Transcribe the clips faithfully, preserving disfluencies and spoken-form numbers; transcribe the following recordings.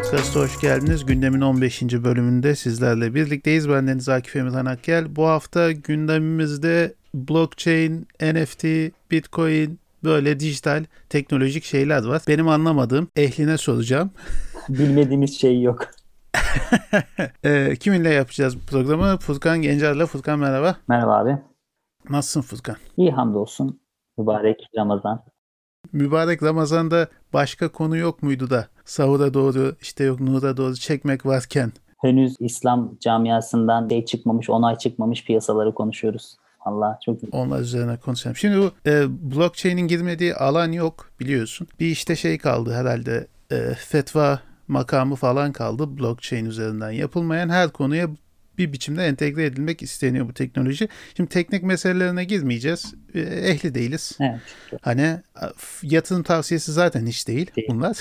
Podcast'a hoş geldiniz. Gündemin on beşinci bölümünde sizlerle birlikteyiz. Ben Deniz Akif Emirhan Akgel. Bu hafta gündemimizde blockchain, N F T, Bitcoin, böyle dijital teknolojik şeyler var. Benim anlamadığım, ehline soracağım. Bilmediğimiz şey yok. e, kiminle yapacağız bu programı? Furkan Gencer'le. Furkan merhaba. Merhaba abi. Nasılsın Furkan? İyi hamdolsun. Mübarek Ramazan. Mübarek Ramazan'da başka konu yok muydu da sahura doğru, işte yok nura doğru çekmek varken? Henüz İslam camiasından şey çıkmamış, onay çıkmamış piyasaları konuşuyoruz. Allah çok iyi. Onlar üzerine konuşalım. Şimdi bu e, blockchain'in girmediği alan yok biliyorsun. Bir işte şey kaldı herhalde, e, fetva makamı falan kaldı. Blockchain üzerinden yapılmayan her konuya bir biçimde entegre edilmek isteniyor bu teknoloji. Şimdi teknik meselelerine girmeyeceğiz. E, ehli değiliz. Evet. Hani yatırım tavsiyesi zaten hiç değil, Değil. bunlar.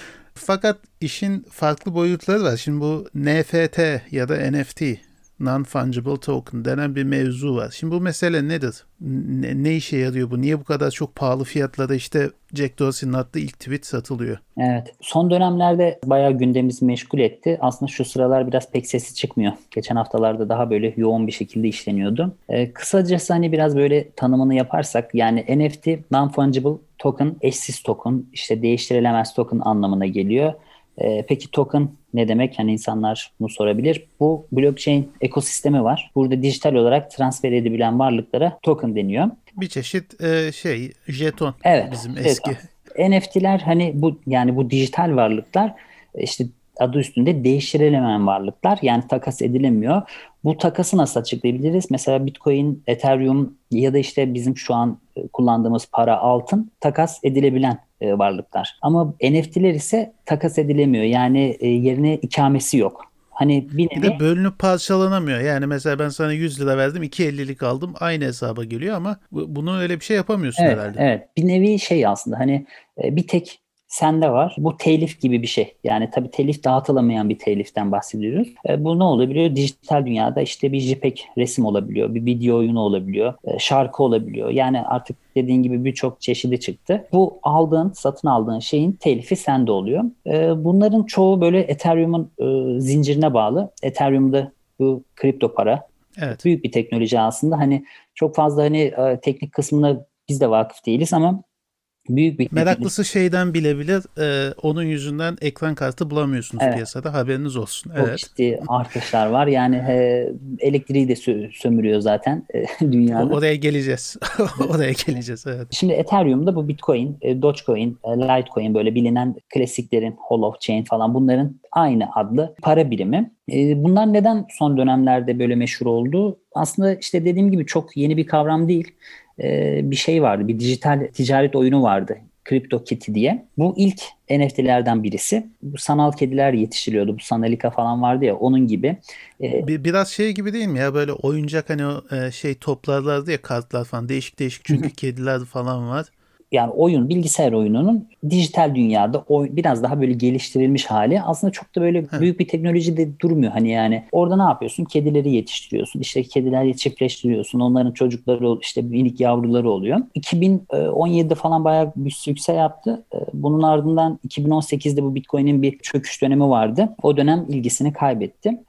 Fakat işin farklı boyutları var. Şimdi bu N F T ya da N F T, Non-Fungible Token denen bir mevzu var. Şimdi bu mesele nedir? Ne, ne işe yarıyor bu? Niye bu kadar çok pahalı fiyatlara işte Jack Dorsey'nin attığı ilk tweet satılıyor? Evet. Son dönemlerde bayağı gündemimizi meşgul etti. Aslında şu sıralar biraz pek sesi çıkmıyor. Geçen haftalarda daha böyle yoğun bir şekilde işleniyordu. Ee, kısacası hani biraz böyle tanımını yaparsak, yani N F T Non-Fungible Token, eşsiz token, işte değiştirilemez token anlamına geliyor. Ee, peki token ne demek? Hani insanlar bunu sorabilir. Bu blockchain ekosistemi var. Burada dijital olarak transfer edebilen varlıklara token deniyor. Bir çeşit e, şey, jeton, Evet, bizim jeton. eski. N F T'ler hani bu, yani bu dijital varlıklar, işte adı üstünde değiştirilemeyen varlıklar, yani takas edilemiyor. Bu takası nasıl açıklayabiliriz? Mesela Bitcoin, Ethereum ya da işte bizim şu an kullandığımız para, altın takas edilebilen e, varlıklar. Ama N F T'ler ise takas edilemiyor. Yani e, yerine ikamesi yok. Hani bir Bir nevi. de bölünüp parçalanamıyor. Yani mesela ben sana yüz lira verdim, iki ellilik aldım. Aynı hesaba geliyor ama bu- bunu öyle bir şey yapamıyorsun Evet, herhalde. evet. Bir nevi şey aslında, hani e, bir tek sende var. Bu telif gibi bir şey. Yani tabii telif dağıtılamayan bir teliften bahsediyoruz. E, bu ne olabiliyor? Dijital dünyada işte bir JPEG resim olabiliyor, bir video oyunu olabiliyor, e, şarkı olabiliyor. Yani artık dediğin gibi birçok çeşidi çıktı. Bu aldığın, satın aldığın şeyin telifi sende oluyor. E, bunların çoğu böyle Ethereum'un e, zincirine bağlı. Ethereum'da bu kripto para. Evet. Büyük bir teknoloji aslında. Hani çok fazla hani e, teknik kısmına biz de vakıf değiliz ama büyük bir teknoloji. Meraklısı şeyden bilebilir. E, onun yüzünden ekran kartı bulamıyorsunuz Evet. piyasada. Haberiniz olsun. Çok Evet. ciddi artışlar var. Yani e, elektriği de sö- sömürüyor zaten e, O, dünyanın. oraya geleceğiz. Oraya geleceğiz. Evet. Şimdi Ethereum'da bu Bitcoin, e, Dogecoin, e, Litecoin, böyle bilinen klasiklerin, Holochain falan, bunların aynı adlı para birimi. E, bunlar neden son dönemlerde böyle meşhur oldu? Aslında işte dediğim gibi çok yeni bir kavram değil. E, bir şey vardı, bir dijital ticaret oyunu vardı. CryptoKitty diye. Bu ilk N F T'lerden birisi. Bu sanal kediler yetiştiriyordu. Bu Sanalika falan vardı ya, onun gibi. E, Bir, biraz şey gibi değil mi ya, böyle oyuncak hani o e, şey toplarlardı ya, kartlar falan, değişik değişik, çünkü kediler falan var. Yani oyun, bilgisayar oyununun dijital dünyada oy, biraz daha böyle geliştirilmiş hali. Aslında çok da böyle Heh. büyük bir teknoloji de durmuyor. Hani yani orada ne yapıyorsun? Kedileri yetiştiriyorsun. İşte kedileri çiftleştiriyorsun. Onların çocukları, işte minik yavruları oluyor. iki bin on yedide falan bayağı bir sükse yaptı. Bunun ardından iki bin on sekizde bu Bitcoin'in bir çöküş dönemi vardı. O dönem ilgisini kaybetti.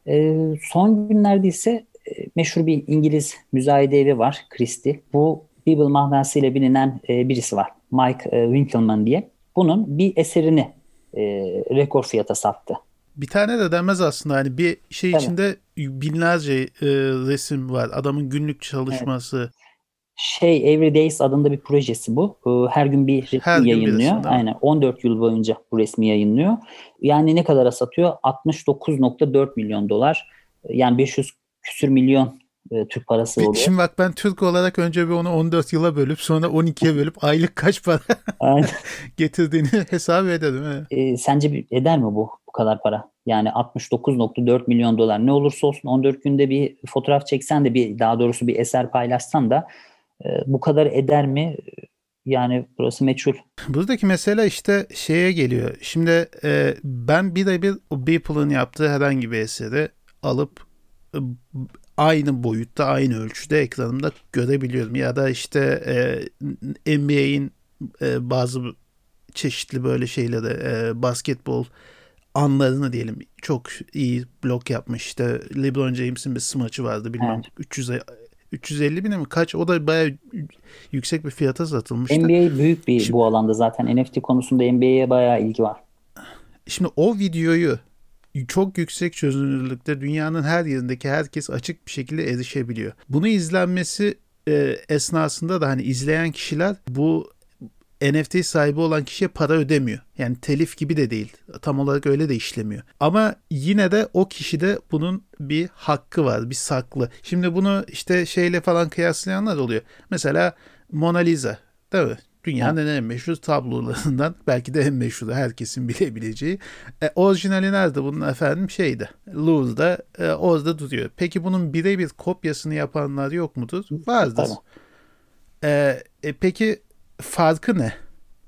Son günlerde ise meşhur bir İngiliz müzayede evi var, Christie. Bu Beeple mahlasıyla bilinen e, birisi var. Mike e, Winkelmann diye. Bunun bir eserini e, rekor fiyata sattı. Bir tane de denmez aslında, hani bir şey Tabii. içinde binlerce e, resim var. Adamın günlük Evet. çalışması. Şey, Every Days adında bir projesi bu. E, Her gün bir Her resim gün bir yayınlıyor. resim değil mi? Aynen, on dört yıl boyunca bu resmi yayınlıyor. Yani ne kadara satıyor? altmış dokuz nokta dört milyon dolar. Yani beş yüz küsür milyon e, Türk parası Bir, oluyor. şimdi bak, ben Türk olarak önce bir onu on dört yıla bölüp sonra on ikiye bölüp aylık kaç para Aynen. getirdiğini hesap edelim. Evet. E, sence bir- eder mi bu bu kadar para? Yani altmış dokuz nokta dört milyon dolar, ne olursa olsun on dört günde bir fotoğraf çeksen de, bir daha doğrusu bir eser paylaşsan da e, bu kadar eder mi? Yani burası meçhul. Buradaki mesele işte şeye geliyor. Şimdi e, ben birebir o Beeple'ın yaptığı herhangi bir eseri alıp e, aynı boyutta, aynı ölçüde ekranımda görebiliyorum. Ya da işte e, N B A'in e, bazı çeşitli böyle şeyleri, e, basketbol anlarını diyelim çok iyi blok yapmış. İşte LeBron James'in bir smaçı vardı bilmem Evet. üç yüz üç yüz elli bine mi kaç, o da bayağı yüksek bir fiyata satılmıştı. N B A büyük bir Şimdi, bu alanda zaten. N F T konusunda N B A'ye bayağı ilgi var. şimdi o videoyu çok yüksek çözünürlükte dünyanın her yerindeki herkes açık bir şekilde erişebiliyor. Bunu izlenmesi e, esnasında da hani izleyen kişiler bu N F T sahibi olan kişiye para ödemiyor. Yani telif gibi de değil. Tam olarak öyle de işlemiyor. Ama yine de o kişide bunun bir hakkı var, bir saklı. Şimdi bunu işte şeyle falan kıyaslayanlar oluyor. Mesela Mona Lisa, değil mi? Evet. Dünyanın en meşhur tablolarından, belki de en meşhuru, herkesin bilebileceği. E, orijinali nerede bunun efendim? Şeyde, Louvre'da, e, orada duruyor. Peki bunun birebir kopyasını yapanlar yok mudur? Vardır. Tabii. E, e, peki farkı ne?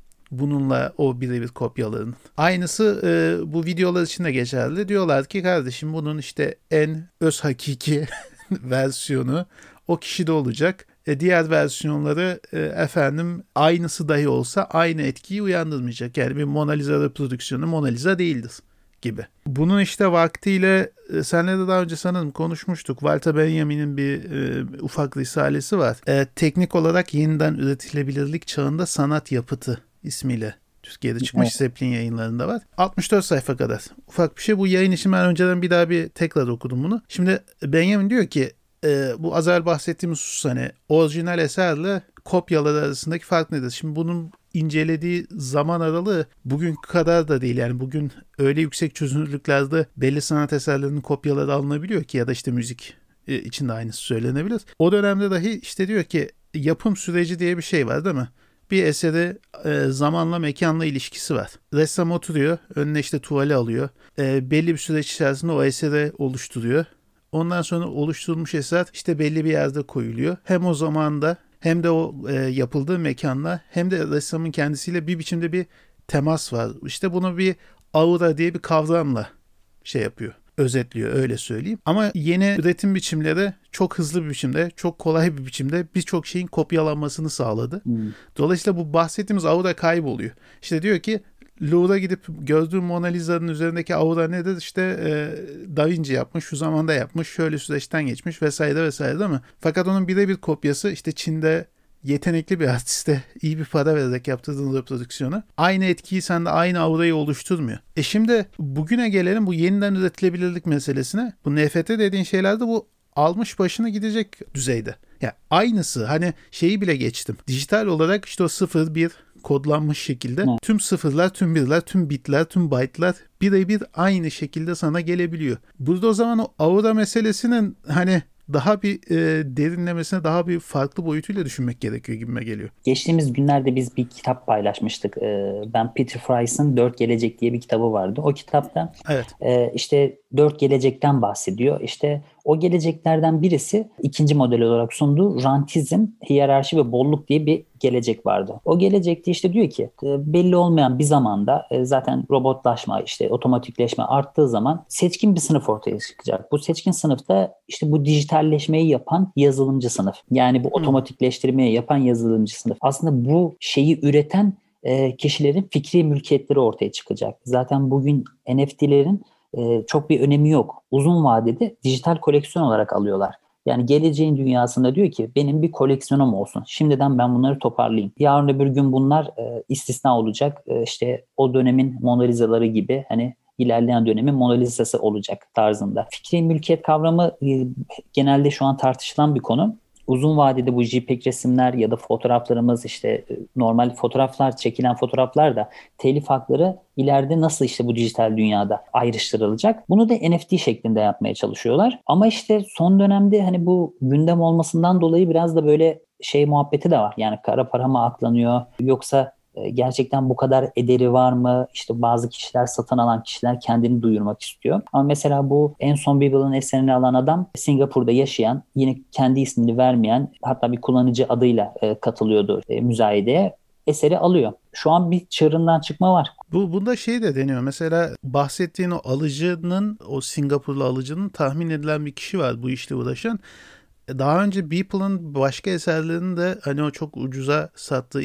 Bununla o birebir kopyaların. Aynısı e, bu videolar için de geçerli. Diyorlar ki kardeşim bunun işte en öz hakiki versiyonu o kişide olacak. E, diğer versiyonları e, efendim aynısı dahi olsa aynı etkiyi uyandırmayacak. Yani bir Mona Lisa reprodüksiyonu Mona Lisa değildir gibi. Bunun işte vaktiyle e, senle de daha önce sanırım konuşmuştuk. Walter Benjamin'in bir e, ufak risalesi var. E, teknik olarak yeniden üretilebilirlik çağında sanat yapıtı ismiyle Türkiye'de çıkmış. Evet. Zeppelin yayınlarında var. altmış dört sayfa kadar. Ufak bir şey. Bu yayın için ben önceden bir daha bir tekrar okudum bunu. Şimdi Benjamin diyor ki e, bu az evvel bahsettiğimiz husus hani orijinal eserle kopyalar arasındaki fark nedir? Şimdi bunun incelediği zaman aralığı bugünkü kadar da değil. Yani bugün öyle yüksek çözünürlüklerde belli sanat eserlerinin kopyaları alınabiliyor ki, ya da işte müzik e, için de aynısı söylenebilir. O dönemde dahi işte diyor ki yapım süreci diye bir şey var, değil mi? Bir eseri e, zamanla mekanla ilişkisi var. Ressam oturuyor, önüne işte tuvali alıyor. E, belli bir süreç içerisinde o eseri oluşturuyor. Ondan sonra oluşturulmuş eser işte belli bir yerde koyuluyor. Hem o zamanda hem de o e, yapıldığı mekanla hem de ressamın kendisiyle bir biçimde bir temas var. İşte bunu bir aura diye bir kavramla şey yapıyor, özetliyor, öyle söyleyeyim. Ama yeni üretim biçimleri çok hızlı bir biçimde, çok kolay bir biçimde birçok şeyin kopyalanmasını sağladı. Hmm. Dolayısıyla bu bahsettiğimiz aura kayboluyor. İşte diyor ki Louvre'a gidip gördüğüm Mona Lisa'nın üzerindeki aura nedir? İşte e, Da Vinci yapmış, şu zamanda yapmış, şöyle süreçten geçmiş vesaire vesaire, değil mi? Fakat onun birebir kopyası işte Çin'de yetenekli bir artiste iyi bir para vererek yaptırdığın reprodüksiyonu aynı etkiyi sende, aynı aurayı oluşturmuyor. E şimdi bugüne gelelim bu yeniden üretilebilirlik meselesine. Bu N F T dediğin şeylerde bu almış başına gidecek düzeyde. Ya aynısı, hani şeyi bile geçtim. Dijital olarak işte o sıfır bir kodlanmış şekilde Evet. tüm sıfırlar, tüm birler, tüm bitler, tüm byte'lar birebir aynı şekilde sana gelebiliyor. Burada o zaman o aura meselesinin hani daha bir e, derinlemesine, daha bir farklı boyutuyla düşünmek gerekiyor gibime geliyor. Geçtiğimiz günlerde biz bir kitap paylaşmıştık. Ee, ben Peter Fries'ın Dört Gelecek diye bir kitabı vardı. O kitapta Evet. e, işte dört gelecekten bahsediyor. İşte o geleceklerden birisi ikinci model olarak sunduğu rantizm, hiyerarşi ve bolluk diye bir gelecek vardı. O gelecekte işte diyor ki e, belli olmayan bir zamanda e, zaten robotlaşma, işte otomatikleşme arttığı zaman seçkin bir sınıf ortaya çıkacak. Bu seçkin sınıfta işte bu dijitalleşmeyi yapan yazılımcı sınıf. Yani bu Hmm. otomatikleştirmeyi yapan yazılımcı sınıf. Aslında bu şeyi üreten e, kişilerin fikri mülkiyetleri ortaya çıkacak. Zaten bugün N F T'lerin e, çok bir önemi yok. Uzun vadede dijital koleksiyon olarak alıyorlar. Yani geleceğin dünyasında diyor ki benim bir koleksiyonum olsun. Şimdiden ben bunları toparlayayım. Yarın öbür gün bunlar e, istisna olacak. E, işte o dönemin Mona Lisa'ları gibi hani ilerleyen dönemin Mona Lisa'sı olacak tarzında. Fikri mülkiyet kavramı e, genelde şu an tartışılan bir konu. Uzun vadede bu JPEG resimler ya da fotoğraflarımız işte normal fotoğraflar, çekilen fotoğraflar da telif hakları ileride nasıl işte bu dijital dünyada ayrıştırılacak? Bunu da N F T şeklinde yapmaya çalışıyorlar. Ama işte son dönemde hani bu gündem olmasından dolayı biraz da böyle şey muhabbeti de var. Yani kara para mı aklanıyor yoksa gerçekten bu kadar ederi var mı? İşte bazı kişiler, satın alan kişiler kendini duyurmak istiyor. Ama mesela bu en son Bibla'nın eserini alan adam Singapur'da yaşayan, yine kendi ismini vermeyen, hatta bir kullanıcı adıyla katılıyordu müzayedeye. Eseri alıyor. Şu an bir çığırından çıkma var. Bu bunda şey de deniyor. Mesela bahsettiğin o alıcının, o Singapurlu alıcının tahmin edilen bir kişi var bu işle uğraşan. Daha önce Beeple'ın başka eserlerini de hani o çok ucuza sattığı ilk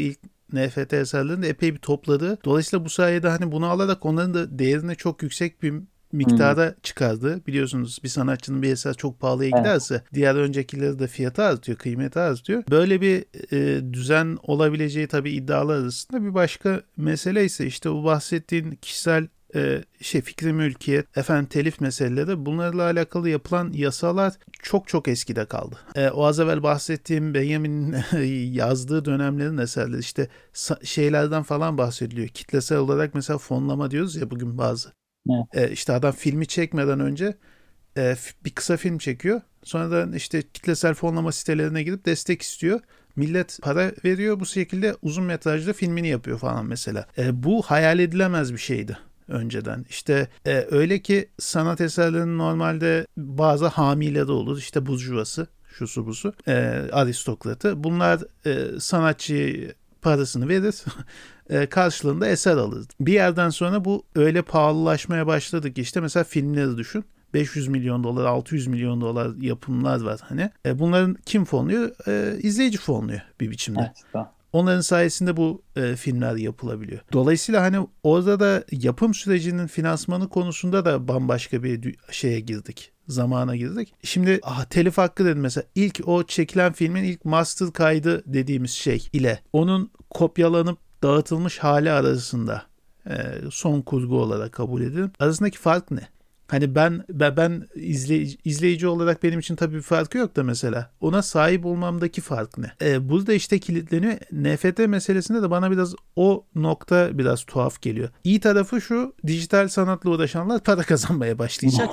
N F T eserlerini de epey bir topladı. Dolayısıyla bu sayede hani bunu alarak onların da değerini çok yüksek bir Hmm. miktara çıkardı. Biliyorsunuz bir sanatçının bir eser çok pahalıya Evet. giderse diğer öncekileri de fiyatı artıyor, kıymeti artıyor. Böyle bir e, düzen olabileceği tabii iddialar arasında. Bir başka mesele ise işte bu bahsettiğin kişisel e, şey fikri mülkiyet, efendim telif meseleleri, bunlarla alakalı yapılan yasalar çok çok eskide kaldı. E, o az evvel bahsettiğim Benjamin'in yazdığı dönemlerin eserleri işte sa- şeylerden falan bahsediliyor. Kitlesel olarak mesela fonlama diyoruz ya bugün bazı. Evet. E, işte adam filmi çekmeden önce e, bir kısa film çekiyor. Sonradan işte kitlesel fonlama sitelerine girip destek istiyor. Millet para veriyor. Bu şekilde uzun metrajlı filmini yapıyor falan mesela. E, bu hayal edilemez bir şeydi önceden. İşte e, öyle ki sanat eserlerinin normalde bazı hamileri olur. İşte burjuvası, şusu busu, e, aristokratı. Bunlar e, sanatçı parasını verir. E, karşılığında eser alır. Bir yerden sonra bu öyle pahalılaşmaya başladı ki işte mesela filmleri düşün. beş yüz milyon dolar, altı yüz milyon dolar yapımlar var hani. E, bunların kim fonluyor? E, izleyici fonluyor bir biçimde. Evet. Doğru. Onların sayesinde bu e, filmler yapılabiliyor. Dolayısıyla hani orada da yapım sürecinin finansmanı konusunda da bambaşka bir şeye girdik. Zamana girdik. Şimdi ah, telif hakkı dedim mesela. İlk o çekilen filmin ilk master kaydı dediğimiz şey ile onun kopyalanıp dağıtılmış hali arasında e, son kurgu olarak kabul edilir. Arasındaki fark ne? Hani ben ben, ben izleyici, izleyici olarak benim için tabii bir farkı yok da mesela ona sahip olmamdaki fark ne? Ee, burada işte kilitleniyor. N F T meselesinde de bana biraz o nokta biraz tuhaf geliyor. İyi tarafı şu, dijital sanatla uğraşanlar para kazanmaya başlayacak.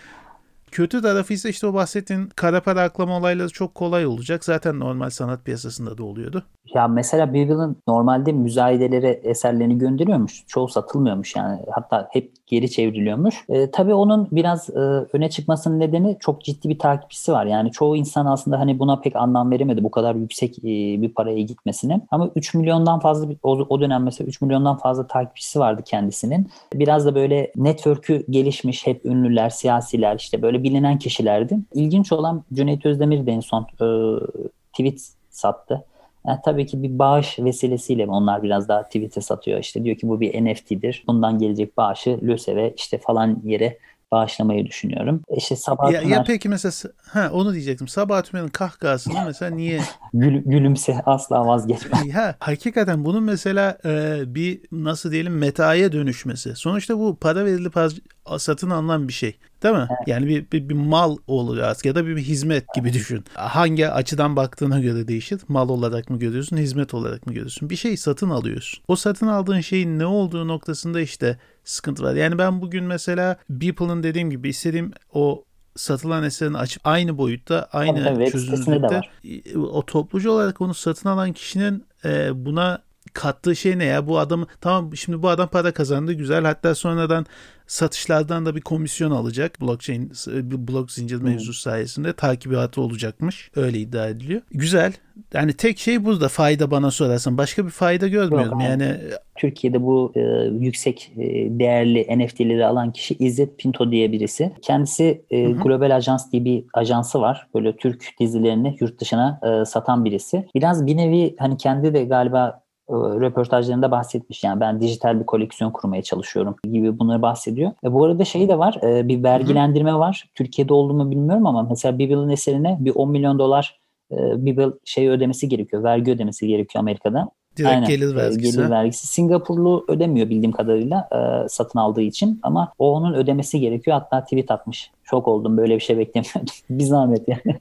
Kötü tarafı ise işte o bahsettiğin kara para aklama olayları çok kolay olacak. Zaten normal sanat piyasasında da oluyordu. Ya mesela Beeple normalde müzayedelere eserlerini gönderiyormuş. Çoğu satılmıyormuş yani. Hatta hep geri çevriliyormuş. E, tabii onun biraz e, öne çıkmasının nedeni çok ciddi bir takipçisi var. Yani çoğu insan aslında hani buna pek anlam veremedi bu kadar yüksek e, bir paraya gitmesine. Ama üç milyondan fazla bir, o, o dönem mesela üç milyondan fazla takipçisi vardı kendisinin. Biraz da böyle network'ü gelişmiş hep ünlüler, siyasiler işte böyle bilinen kişilerdi. İlginç olan Cüneyt Özdemir de en son e, tweet sattı. Yani tabii ki bir bağış vesilesiyle onlar biraz daha tweet'e satıyor. İşte diyor ki bu bir N F T'dir. Bundan gelecek bağışı LÖSEV'e işte falan yere bağışlamayı düşünüyorum. İşte Sabahat Ya, ya Tümer peki mesela ha onu diyecektim. Sabahat Tümer'in kahkahasını mesela niye gül, gülümse asla vazgeçme. ya hakikaten bunun mesela e, bir nasıl diyelim metaya dönüşmesi. Sonuçta bu para verilip satın alınan bir şey. Değil mi? Yani bir, bir, bir mal oluyor artık ya da bir, bir hizmet gibi düşün. Hangi açıdan baktığına göre değişir. Mal olarak mı görüyorsun, hizmet olarak mı görüyorsun? Bir şey satın alıyorsun. O satın aldığın şeyin ne olduğu noktasında işte sıkıntı var. Yani ben bugün mesela Beeple'ın dediğim gibi istediğim o satılan eserini açıp aynı boyutta, Tabii aynı tabii web sitesinde de çözünürlükte var. o toplucu olarak onu satın alan kişinin e, buna kattığı şey ne ya? Bu adam tamam şimdi bu adam para kazandı güzel. Hatta sonradan satışlardan da bir komisyon alacak. Blockchain blok zincir Hmm. mevzusu sayesinde takibatı olacakmış. Öyle iddia ediliyor. Güzel. Yani tek şey burada fayda bana sorarsan. Başka bir fayda Yok görmüyorum. aynen. Yani Türkiye'de bu e, yüksek e, değerli N F T'leri alan kişi İzzet Pinto diye birisi. Kendisi hı e, hı. Global Ajans diye bir ajansı var. Böyle Türk dizilerini yurt dışına e, satan birisi. Biraz bir nevi hani kendi de galiba e, röportajlarında bahsetmiş. Yani ben dijital bir koleksiyon kurmaya çalışıyorum gibi bunları bahsediyor. E, bu arada şey de var. E, bir Hı hı. vergilendirme var. Türkiye'de oldu mu bilmiyorum ama mesela Beeble'ın eserine bir on milyon dolar e, Beeple şey ödemesi gerekiyor. Vergi ödemesi gerekiyor Amerika'da. Direkt Aynen. gelir E, vergisi. gelir Ha? vergisi. Singapurlu ödemiyor bildiğim kadarıyla e, satın aldığı için ama o onun ödemesi gerekiyor. Hatta tweet atmış. Şok oldum. Böyle bir şey beklemiyordum. Bir zahmet yani.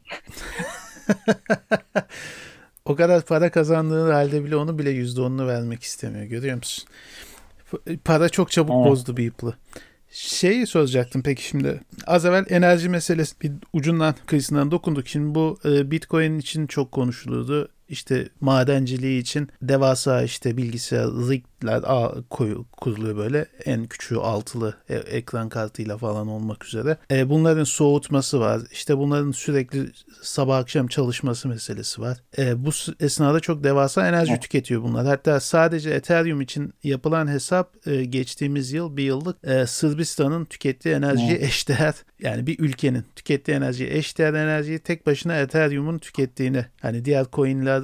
O kadar para kazandığı halde bile onu bile yüzde onunu vermek istemiyor. Görüyor musun? Para çok çabuk Evet. bozdu Beeple'ı. Şeyi soracaktım peki şimdi. Az evvel enerji meselesi bir ucundan kıyısından dokunduk. Şimdi bu e, Bitcoin için çok konuşulurdu. İşte madenciliği için devasa işte bilgisayar rigler ağ koyu, kuruluyor böyle. En küçüğü altılı e, ekran kartıyla falan olmak üzere. E, bunların soğutması var. İşte bunların sürekli sabah akşam çalışması meselesi var. E, bu esnada çok devasa enerji Evet. tüketiyor bunlar. Hatta sadece Ethereum için yapılan hesap e, geçtiğimiz yıl bir yıllık e, Sırbistan'ın tükettiği enerjiye Evet. eşdeğer. Yani bir ülkenin tükettiği enerjiye eşdeğer enerjiyi tek başına Ethereum'un tükettiğini hani diğer coin'ler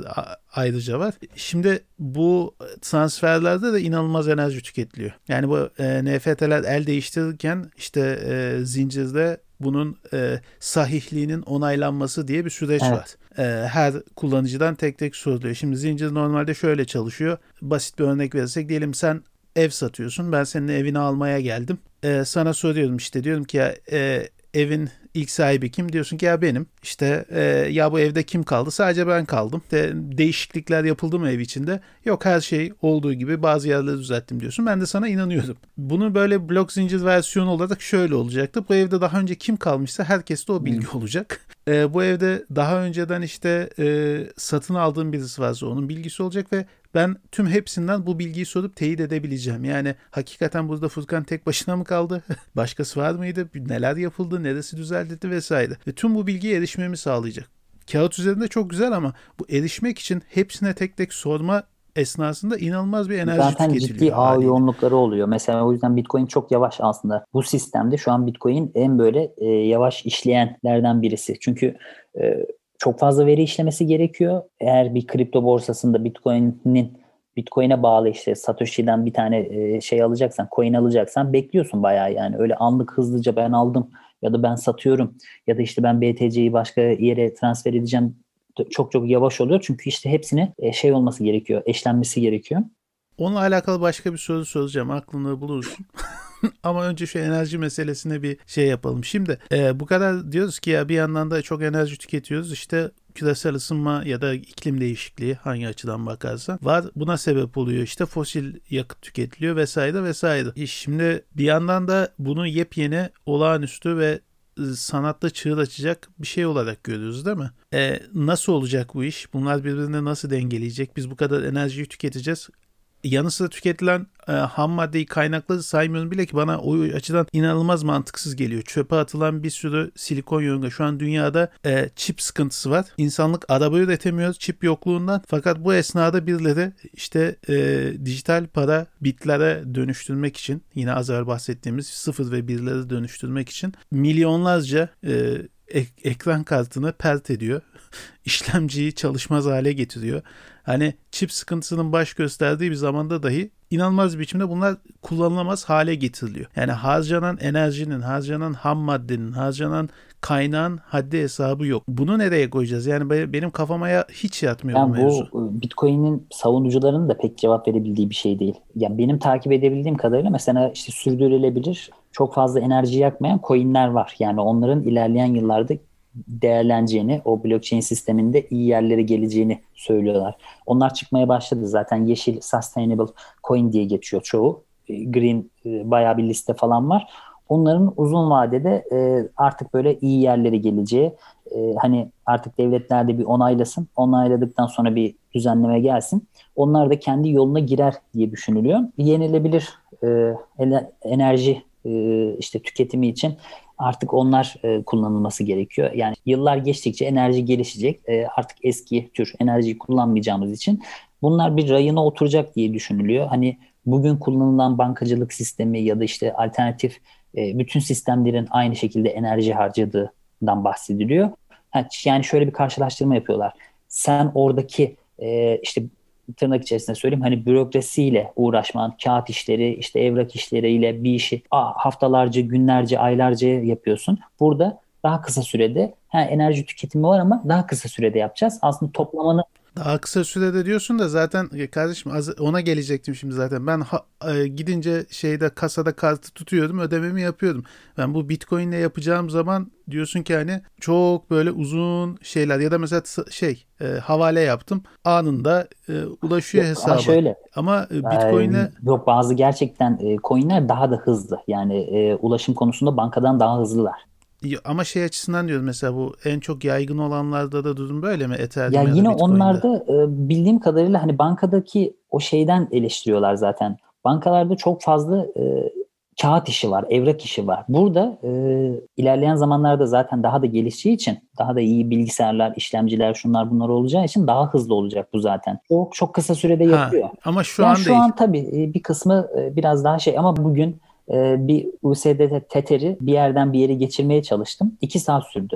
ayrıca var. Şimdi bu transferlerde de inanılmaz enerji tüketiliyor. Yani bu e, N F T'ler el değiştirirken işte e, zincirde bunun e, sahihliğinin onaylanması diye bir süreç Evet. var. E, her kullanıcıdan tek tek soruluyor. Şimdi zincir normalde şöyle çalışıyor. Basit bir örnek verirsek diyelim sen ev satıyorsun. Ben senin evini almaya geldim. E, sana soruyorum işte diyorum ki ya e, evin ilk sahibi kim? Diyorsun ki ya benim. İşte e, ya bu evde kim kaldı? Sadece ben kaldım. De, değişiklikler yapıldı mı ev içinde? Yok, her şey olduğu gibi, bazı yerleri düzelttim diyorsun. Ben de sana inanıyorum. Bunu böyle blok zincir versiyonu olarak şöyle olacaktı. Bu evde daha önce kim kalmışsa herkeste o bilgi olacak. E, bu evde daha önceden işte e, satın aldığım birisi varsa onun bilgisi olacak ve ben tüm hepsinden bu bilgiyi sorup teyit edebileceğim. Yani hakikaten burada Furkan tek başına mı kaldı? Başkası var mıydı? Neler yapıldı? Neresi düzeltildi vesaire. Ve tüm bu bilgiye erişmemi sağlayacak. Kağıt üzerinde çok güzel ama bu erişmek için hepsine tek tek sorma esnasında inanılmaz bir enerji Zaten ciddi tüketiliyor ağ haliyle. yoğunlukları oluyor. Mesela o yüzden Bitcoin çok yavaş aslında. Bu sistemde şu an Bitcoin en böyle e, yavaş işleyenlerden birisi. Çünkü e, çok fazla veri işlemesi gerekiyor. Eğer bir kripto borsasında Bitcoin'in Bitcoin'e bağlı işte Satoshi'den bir tane e, şey alacaksan, coin alacaksan bekliyorsun bayağı yani. Öyle anlık hızlıca ben aldım ya da ben satıyorum ya da işte ben B T C'yi başka yere transfer edeceğim, çok çok yavaş oluyor. Çünkü işte hepsini e, şey olması gerekiyor, eşlenmesi gerekiyor. Onunla alakalı başka bir soru soracağım. Aklını bulursun. Ama önce şu enerji meselesine bir şey yapalım. Şimdi e, bu kadar diyoruz ki ya bir yandan da çok enerji tüketiyoruz. İşte küresel ısınma ya da iklim değişikliği, hangi açıdan bakarsan var. Buna sebep oluyor. İşte fosil yakıt tüketiliyor vesaire vesaire. E şimdi bir yandan da bunu yepyeni, olağanüstü ve sanatta çığır açacak bir şey olarak görüyoruz, değil mi? E, nasıl olacak bu iş? Bunlar birbirini nasıl dengeleyecek? Biz bu kadar enerjiyi tüketeceğiz. Yanı sıra tüketilen e, ham maddeyi, kaynakları saymıyorum bile ki bana o açıdan inanılmaz mantıksız geliyor. Çöpe atılan bir sürü silikon yonga. Şu an dünyada e, çip sıkıntısı var. İnsanlık araba üretemiyor çip yokluğundan. Fakat bu esnada birileri işte e, dijital para bitlere dönüştürmek için, yine az evvel bahsettiğimiz sıfır ve birlere dönüştürmek için milyonlarca e, ek- ekran kartını pert ediyor. İşlemciyi çalışmaz hale getiriyor. Hani çip sıkıntısının baş gösterdiği bir zamanda dahi inanılmaz bir biçimde bunlar kullanılamaz hale getiriliyor. Yani harcanan enerjinin, harcanan ham maddenin, harcanan kaynağın haddi hesabı yok. Bunu nereye koyacağız? Yani benim kafama ya hiç yatmıyor bu Yani mevzu. bu Bitcoin'in savunucularının da pek cevap verebildiği bir şey değil. Yani benim takip edebildiğim kadarıyla mesela işte sürdürülebilir, çok fazla enerji yakmayan coin'ler var. Yani onların ilerleyen yıllarda değerleneceğini, o blockchain sisteminde iyi yerlere geleceğini söylüyorlar. Onlar çıkmaya başladı zaten. Yeşil sustainable coin diye geçiyor çoğu. Green bayağı bir liste falan var. Onların uzun vadede artık böyle iyi yerlere geleceği, hani artık devletler de bir onaylasın. Onayladıktan sonra bir düzenleme gelsin. Onlar da kendi yoluna girer diye düşünülüyor. Yenilebilir enerji işte tüketimi için artık onlar e, kullanılması gerekiyor. Yani yıllar geçtikçe enerji gelişecek. E, artık eski tür enerjiyi kullanmayacağımız için bunlar bir rayına oturacak diye düşünülüyor. Hani bugün kullanılan bankacılık sistemi ya da işte alternatif e, bütün sistemlerin aynı şekilde enerji harcadığından bahsediliyor. Yani şöyle bir karşılaştırma yapıyorlar. Sen oradaki e, işte tırnak içerisinde söyleyeyim, hani bürokrasiyle uğraşman, kağıt işleri, işte evrak işleriyle bir işi haftalarca, günlerce, aylarca yapıyorsun. Burada daha kısa sürede, ha, enerji tüketimi var ama daha kısa sürede yapacağız. Aslında toplamanı Daha kısa sürede diyorsun da zaten kardeşim, ona gelecektim şimdi zaten. Ben ha, e, gidince şeyde kasada kartı tutuyordum, ödememi yapıyordum. Ben bu Bitcoin'le yapacağım zaman diyorsun ki hani çok böyle uzun şeyler ya da mesela şey e, havale yaptım, anında e, ulaşıyor yok ama hesaba. şöyle Ama e, e, Bitcoin'le yok, bazı gerçekten e, coinler daha da hızlı. Yani e, ulaşım konusunda bankadan daha hızlılar. ama şey açısından diyorum, mesela bu en çok yaygın olanlarda da durum böyle mi? Ya Ethereum ya da yine Bitcoin'de. onlarda e, bildiğim kadarıyla hani bankadaki o şeyden eleştiriyorlar zaten. Bankalarda çok fazla e, kağıt işi var, evrak işi var. Burada e, ilerleyen zamanlarda zaten daha da gelişeceği için, daha da iyi bilgisayarlar, işlemciler, şunlar bunlar olacağı için daha hızlı olacak bu zaten. O çok kısa sürede Ha, yapıyor. ama şu Yani an şu değil. an tabii e, bir kısmı e, biraz daha şey ama bugün e, bir U S D T Tether'i bir yerden bir yere geçirmeye çalıştım. İki saat sürdü.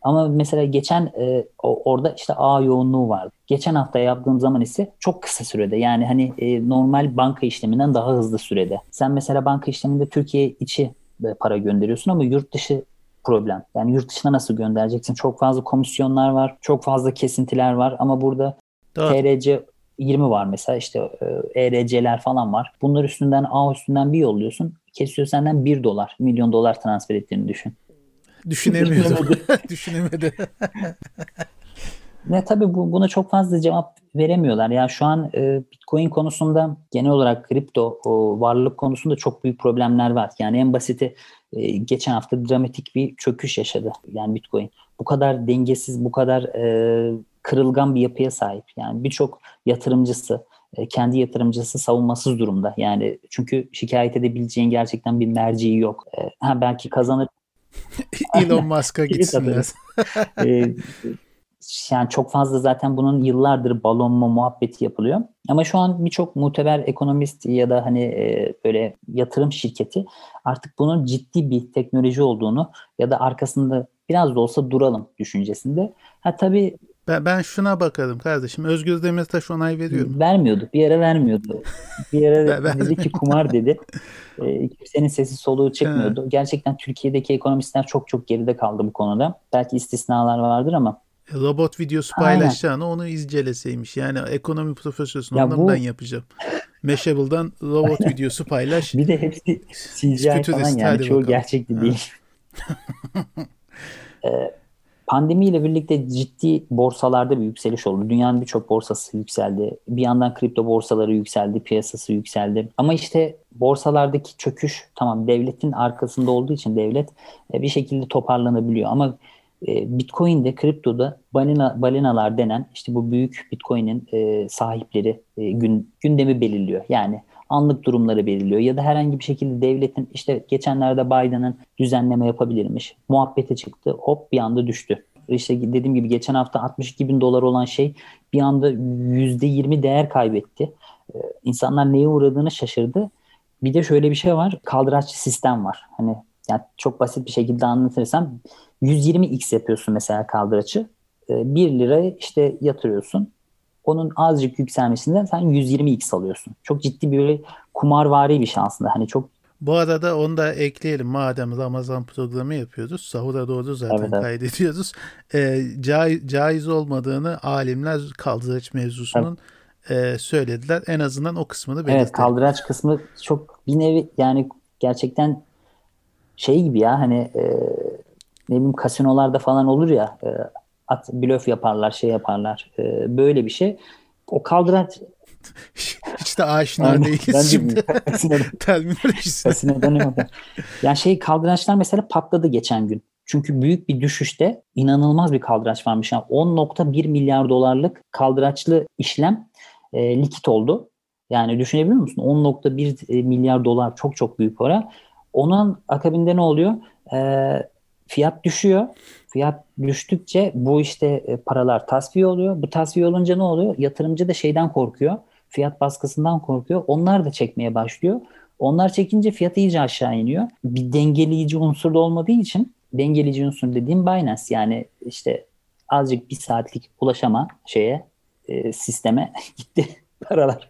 Ama mesela geçen e, o- orada işte ağ yoğunluğu vardı. Geçen hafta yaptığım zaman ise çok kısa sürede, yani hani e, normal banka işleminden daha hızlı sürede. Sen mesela banka işleminde Türkiye içi e, para gönderiyorsun ama yurt dışı problem. Yani yurt dışına nasıl göndereceksin? Çok fazla komisyonlar var, çok fazla kesintiler var ama burada Doğru. T R C yirmi var mesela, işte e, E R C'ler falan var. Bunlar üstünden, ağ üstünden bir yolluyorsun. Kesiyor senden bir dolar. Milyon dolar transfer ettiğini düşün. Düşünemiyordum. Düşünemedi. Düşünemedi. Ne tabii bu, buna çok fazla cevap veremiyorlar. Yani şu an e, Bitcoin konusunda, genel olarak kripto o, varlık konusunda çok büyük problemler var. Yani en basiti e, geçen hafta dramatik bir çöküş yaşadı. Yani Bitcoin bu kadar dengesiz, bu kadar e, kırılgan bir yapıya sahip. Yani birçok yatırımcısı e, kendi yatırımcısı savunmasız durumda. Yani çünkü şikayet edebileceğin gerçekten bir merciği yok. E, ha belki kazanır. Elon Musk'a Tweet gitsinler. atarız. E, Yani çok fazla zaten bunun yıllardır balonma muhabbeti yapılıyor. Ama şu an birçok muteber ekonomist ya da hani e, böyle yatırım şirketi artık bunun ciddi bir teknoloji olduğunu ya da arkasında biraz da olsa duralım düşüncesinde. Ha tabii Ben, ben şuna bakarım kardeşim. Özgür Demirtaş onay veriyor mu? vermiyordu. Bir ara vermiyordu. Bir ara Ben, dedi ben, ki kumar dedi. E, kimsenin sesi soluğu Ha, çıkmıyordu. Gerçekten Türkiye'deki ekonomistler çok çok geride kaldı bu konuda. Belki istisnalar vardır ama robot videosu aynen. paylaşacağını onu izceleseymiş. Yani ekonomi profesörsün Ya ondan ben bu yapacağım. Mashable'dan robot videosu paylaş. bir de hepsi C G I falan, Fütürist yani hadi çoğu bakalım. gerçekti Ha. değil. Ee, Pandemiyle birlikte ciddi borsalarda bir yükseliş oldu. Dünyanın birçok borsası yükseldi. Bir yandan kripto borsaları yükseldi, piyasası yükseldi. Ama işte borsalardaki çöküş, tamam, devletin arkasında olduğu için devlet e, bir şekilde toparlanabiliyor. Ama e, Bitcoin'de, kriptoda balina, balinalar denen işte bu büyük Bitcoin'in e, sahipleri e, gün, gündemi belirliyor. Yani anlık durumları belirliyor ya da herhangi bir şekilde devletin, işte geçenlerde Biden'ın düzenleme yapabilirmiş muhabbete çıktı, hop bir anda düştü. İşte dediğim gibi geçen hafta altmış iki bin dolar olan şey bir anda yüzde yirmi değer kaybetti. Ee, insanlar neye uğradığını şaşırdı. Bir de şöyle bir şey var, kaldıraç sistem var. Hani yani çok basit bir şekilde anlatırsam yüz yirmi x yapıyorsun mesela kaldıraçı. Ee, bir liraya işte yatırıyorsun. Onun azıcık yükselmesinden sen yüz yirmi x alıyorsun. Çok ciddi bir böyle kumarvari bir şey aslında. Hani çok, Bu arada onu da ekleyelim. Madem Ramazan programı yapıyoruz. Sahura doğru evet, zaten evet. kaydediyoruz. Ee, caiz, caiz olmadığını alimler kaldıraç Tabii. mevzusunun e, söylediler. En azından o kısmını Evet, belirtelim. kaldıraç kısmı çok bir nevi, yani gerçekten şey gibi ya, hani e, ne bileyim kasinolarda falan olur ya, e, at blöf yaparlar, şey yaparlar, e, böyle bir şey. O kaldıraç Hiç de aşina aynen, değiliz ben de şimdi bilmiyorum. Kasinoda, terminolojisine. kasinoda ne o da. Yani şey, kaldıraçlar mesela patladı geçen gün. Çünkü büyük bir düşüşte inanılmaz bir kaldıraç varmış. Yani on nokta bir milyar dolarlık kaldıraçlı işlem e, likit oldu. Yani düşünebiliyor musun? on nokta bir milyar dolar çok çok büyük para. Onun akabinde ne oluyor? E, Fiyat düşüyor. Fiyat düştükçe bu işte e, paralar tasfiye oluyor. Bu tasfiye olunca ne oluyor? Yatırımcı da şeyden korkuyor. Fiyat baskısından korkuyor. Onlar da çekmeye başlıyor. Onlar çekince fiyatı iyice aşağı iniyor. Bir dengeleyici unsur da olmadığı için, dengeleyici unsur dediğim Binance, yani işte azıcık bir saatlik ulaşama şeye, e, sisteme gitti paralar.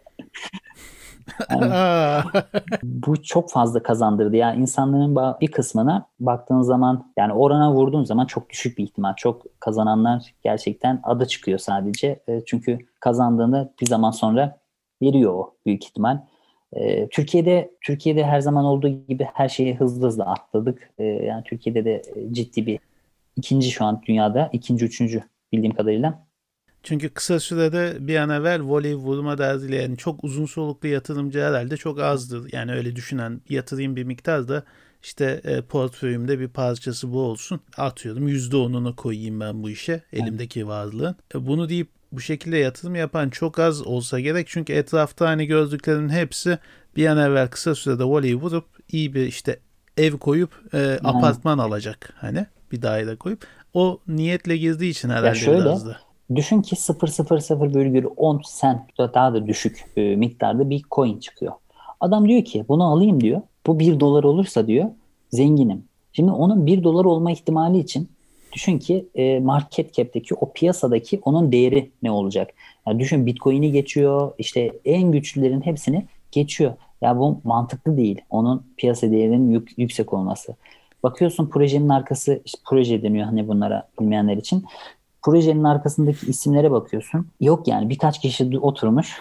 Yani Aa. bu çok fazla kazandırdı. Yani insanların ba- bir kısmına baktığın zaman, yani orana vurduğun zaman çok düşük bir ihtimal. Çok kazananlar gerçekten adı çıkıyor sadece. E, çünkü kazandığını bir zaman sonra veriyor o büyük ihtimal. E, Türkiye'de Türkiye'de her zaman olduğu gibi her şeyi hızlı hızlı atladık. E, yani Türkiye'de de e, ciddi bir ikinci, şu an dünyada ikinci, üçüncü bildiğim kadarıyla. Çünkü kısa sürede bir an evvel voley vurma derdiyle, yani çok uzun soluklu yatırımcı herhalde çok azdır. Yani öyle düşünen, yatırayım bir miktar da işte e, portföyümde bir parçası bu olsun. Atıyorum yüzde onunu koyayım ben bu işe, Yani, elimdeki varlığın. E, bunu deyip bu şekilde yatırım yapan çok az olsa gerek. Çünkü etrafta hani gördüklerinin hepsi bir an evvel kısa sürede voley vurup iyi bir işte ev koyup e, yani, apartman alacak, hani bir daire koyup. O niyetle girdiği için ya herhalde şöyle biraz da. düşün ki sıfır virgül sıfır virgül on sent, daha da düşük e, miktarda bir coin çıkıyor. Adam diyor ki bunu alayım diyor. Bu bir dolar olursa diyor zenginim. Şimdi onun bir dolar olma ihtimali için Düşün ki e, market cap'teki o piyasadaki onun değeri ne olacak? Yani düşün Bitcoin'i geçiyor, işte en güçlülerin hepsini geçiyor. Ya bu mantıklı değil. Onun piyasa değerinin yük- yüksek olması. Bakıyorsun projenin arkası, işte proje deniyor hani bunlara bilmeyenler için. Projenin arkasındaki isimlere bakıyorsun. Yok yani birkaç kişi oturmuş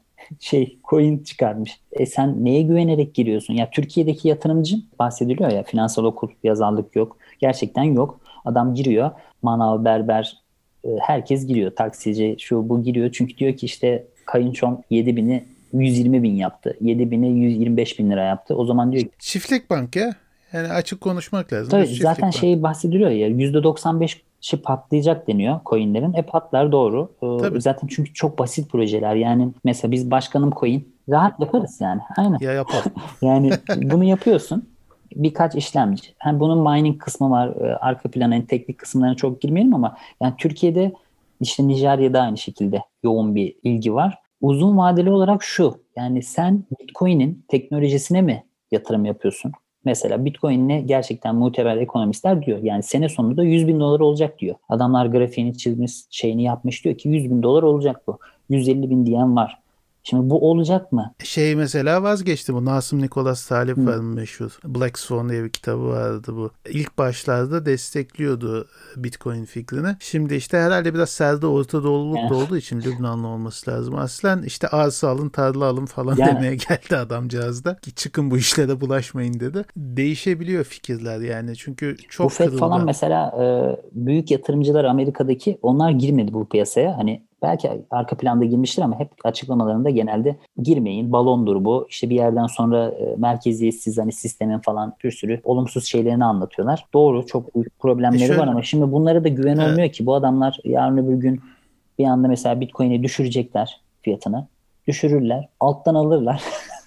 şey coin çıkarmış. E sen neye güvenerek giriyorsun? Ya Türkiye'deki yatırımcı bahsediliyor ya finansal okul yazarlık yok. Gerçekten yok. Adam giriyor. Manav, berber e, herkes giriyor. Taksici şu bu giriyor. Çünkü diyor ki işte kayınçom yedi bini yüz yirmi bin yaptı. yedi bini yüz yirmi beş bin lira yaptı. O zaman diyor ki Çiftlik bank ya. Yani açık konuşmak lazım. Düz tabii zaten çiftlik bank. şeyi bahsediliyor ya yüzde doksan beşi patlayacak deniyor coinlerin. E patlar doğru. Ee, Tabii. zaten çünkü çok basit projeler. Yani mesela biz başkanım coin rahat yaparız yani. Aynen. Ya yapalım. Yani bunu yapıyorsun. Birkaç işlemci. Hem bunun mining kısmı var. Ee, Arka planın teknik kısımlarına çok girmeyelim ama yani Türkiye'de işte Nijerya'da aynı şekilde yoğun bir ilgi var. Uzun vadeli olarak şu. Yani sen Bitcoin'in teknolojisine mi yatırım yapıyorsun? Mesela Bitcoin'le gerçekten muteber ekonomistler diyor. Yani sene sonunda yüz bin dolar olacak diyor. Adamlar grafiğini çizmiş, şeyini yapmış diyor ki yüz bin dolar olacak bu. yüz elli bin diyen var. Şimdi bu olacak mı? Şey mesela vazgeçti bu. Nasım Nicholas Taleb Hı. var meşhur. Black Swan diye bir kitabı vardı bu. İlk başlarda destekliyordu Bitcoin fikrini. Şimdi işte herhalde biraz serde Orta Doğululuk da olduğu için Lübnanlı olması lazım. Aslen işte arsa alın, tarla alın falan Yani demeye geldi adamcağız da. Ki çıkın bu işlere bulaşmayın dedi. Değişebiliyor fikirler yani. Çünkü bu çok Fed falan kırılgan. mesela e, büyük yatırımcılar Amerika'daki onlar girmedi bu piyasaya. Hani belki arka planda girmiştir ama hep açıklamalarında genelde girmeyin. Balondur bu. İşte bir yerden sonra e, merkeziyetsiz hani sistemin falan bir sürü olumsuz şeylerini anlatıyorlar. Doğru çok büyük E problemleri var şöyle ama şimdi bunlara da güven e, olmuyor ki. Bu adamlar yarın öbür gün bir anda mesela Bitcoin'i düşürecekler fiyatını. Düşürürler. Alttan alırlar.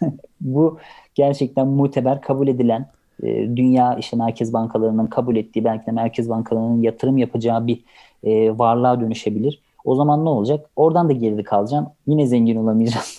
Bu gerçekten muteber kabul edilen e, dünya işte merkez bankalarının kabul ettiği belki de merkez bankalarının yatırım yapacağı bir e, varlığa dönüşebilir. O zaman ne olacak? Oradan da geride kalacaksın. Yine zengin olamayacaksın.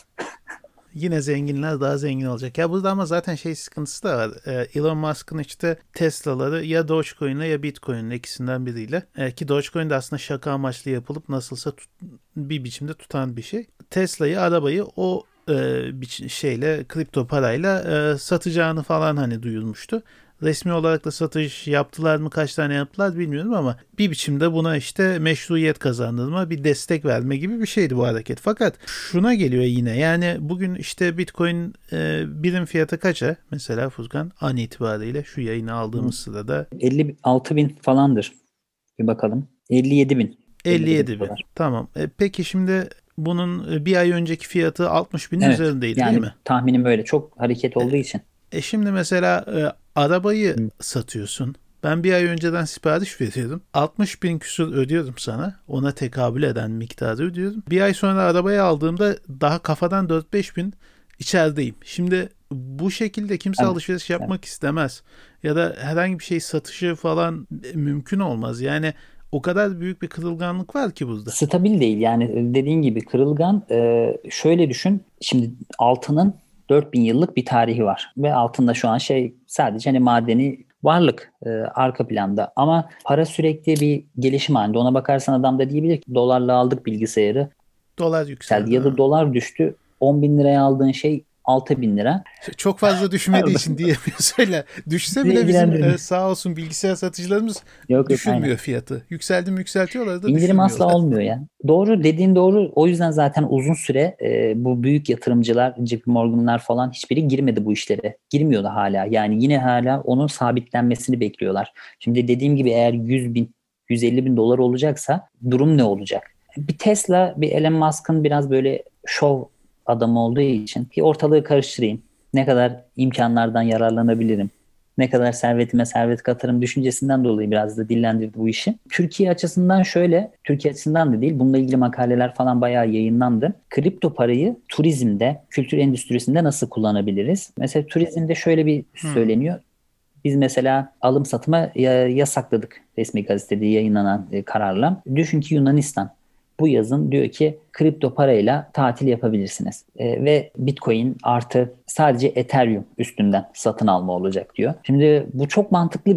yine zenginler daha zengin olacak. Ya burada ama zaten şey sıkıntısı da var. Ee, Elon Musk'ın işte Tesla'ları ya Dogecoin'le ya Bitcoin'le ikisinden biriyle. Ee, ki Dogecoin de aslında şaka amaçlı yapılıp nasılsa tut- bir biçimde tutan bir şey. Tesla'yı, arabayı o e, biç- şeyle kripto parayla e, satacağını falan hani duyurmuştu. Resmi olarak da satış yaptılar mı kaç tane yaptılar bilmiyorum ama bir biçimde buna işte meşruiyet kazandırma bir destek verme gibi bir şeydi bu hareket. Fakat şuna geliyor yine yani bugün işte Bitcoin e, birim fiyatı kaça mesela Furkan an itibariyle şu yayını aldığımız sırada elli altı bin falandır. Bir bakalım. elli yedi bin. elli yedi bin elli yedi bin. dolar. Tamam. E, peki şimdi bunun e, bir ay önceki fiyatı altmış binin Evet. üzerindeydi değil Yani mi? tahminim böyle. Çok hareket olduğu için. E şimdi mesela e, arabayı Hı. satıyorsun. Ben bir ay önceden sipariş veriyorum. altmış bin küsur ödüyorum sana. Ona tekabül eden miktarı ödüyorum. Bir ay sonra arabayı aldığımda daha kafadan dört beş bin içerideyim. Şimdi bu şekilde kimse Evet. alışveriş Evet. yapmak istemez. Ya da herhangi bir şey satışı falan mümkün olmaz. Yani o kadar büyük bir kırılganlık var ki burada. Stabil değil. Yani dediğin gibi kırılgan. Ee, şöyle düşün. Şimdi altının dört bin yıllık bir tarihi var. Ve altında şu an şey sadece hani madeni varlık e, arka planda. Ama para sürekli bir gelişim halinde. Ona bakarsan adam da diyebilir ki dolarla aldık bilgisayarı Dolar yükseldi. yükseldi. Ya da Ha. dolar düştü. on bin liraya aldığın şey altı bin lira. Çok fazla düşmediği için diyemiyoruz öyle. Düşse Bizi bile bizim ilgilendirmiyor. e, sağ olsun bilgisayar satıcılarımız Yok yok aynen. düşürmüyor fiyatı. Yükseldi mi yükseltiyorlar da İndirim asla düşürmüyorlar. olmuyor ya. Doğru dediğin doğru. O yüzden zaten uzun süre e, bu büyük yatırımcılar, J P Morgan'lar falan hiçbiri girmedi bu işlere. Girmiyordu hala. Yani yine hala onun sabitlenmesini bekliyorlar. Şimdi dediğim gibi eğer yüz bin, yüz elli bin dolar olacaksa durum ne olacak? Bir Tesla, bir Elon Musk'ın biraz böyle şov adamı olduğu için bir ortalığı karıştırayım. Ne kadar imkanlardan yararlanabilirim? Ne kadar servetime servet katarım düşüncesinden dolayı biraz da dillendirdi bu işi. Türkiye açısından şöyle, Türkiye açısından da değil, bununla ilgili makaleler falan bayağı yayınlandı. Kripto parayı turizmde, kültür endüstrisinde nasıl kullanabiliriz? Mesela turizmde şöyle bir Hmm. söyleniyor. Biz mesela alım satımı yasakladık resmi gazetede yayınlanan e, kararla. Düşün ki Yunanistan bu yazın diyor ki kripto parayla tatil yapabilirsiniz. E, ve Bitcoin artı sadece Ethereum üstünden satın alma olacak diyor. Şimdi bu çok mantıklı bir şey.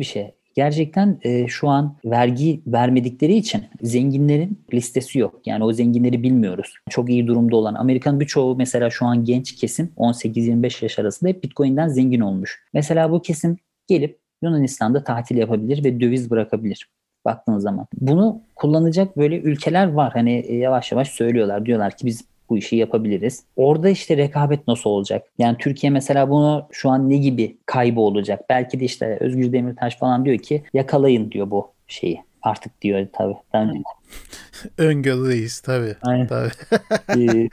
gerçekten e, şu an vergi vermedikleri için zenginlerin listesi yok. Yani o zenginleri bilmiyoruz. Çok iyi durumda olan Amerika'nın birçoğu mesela şu an genç kesim on sekiz yirmi beş yaş arasında hep Bitcoin'den zengin olmuş. Mesela bu kesim gelip Yunanistan'da tatil yapabilir ve döviz bırakabilir. Baktığınız zaman. Bunu kullanacak böyle ülkeler var. Hani yavaş yavaş söylüyorlar. Diyorlar ki biz bu işi yapabiliriz. Orada işte rekabet nasıl olacak? Yani Türkiye mesela bunu şu an ne gibi kaybı olacak? Belki de işte Özgür Demirtaş falan diyor ki yakalayın diyor bu şeyi. Artık diyor tabii. Daha Öngörüdeyiz tabii. Aynen. Tabii. Ee,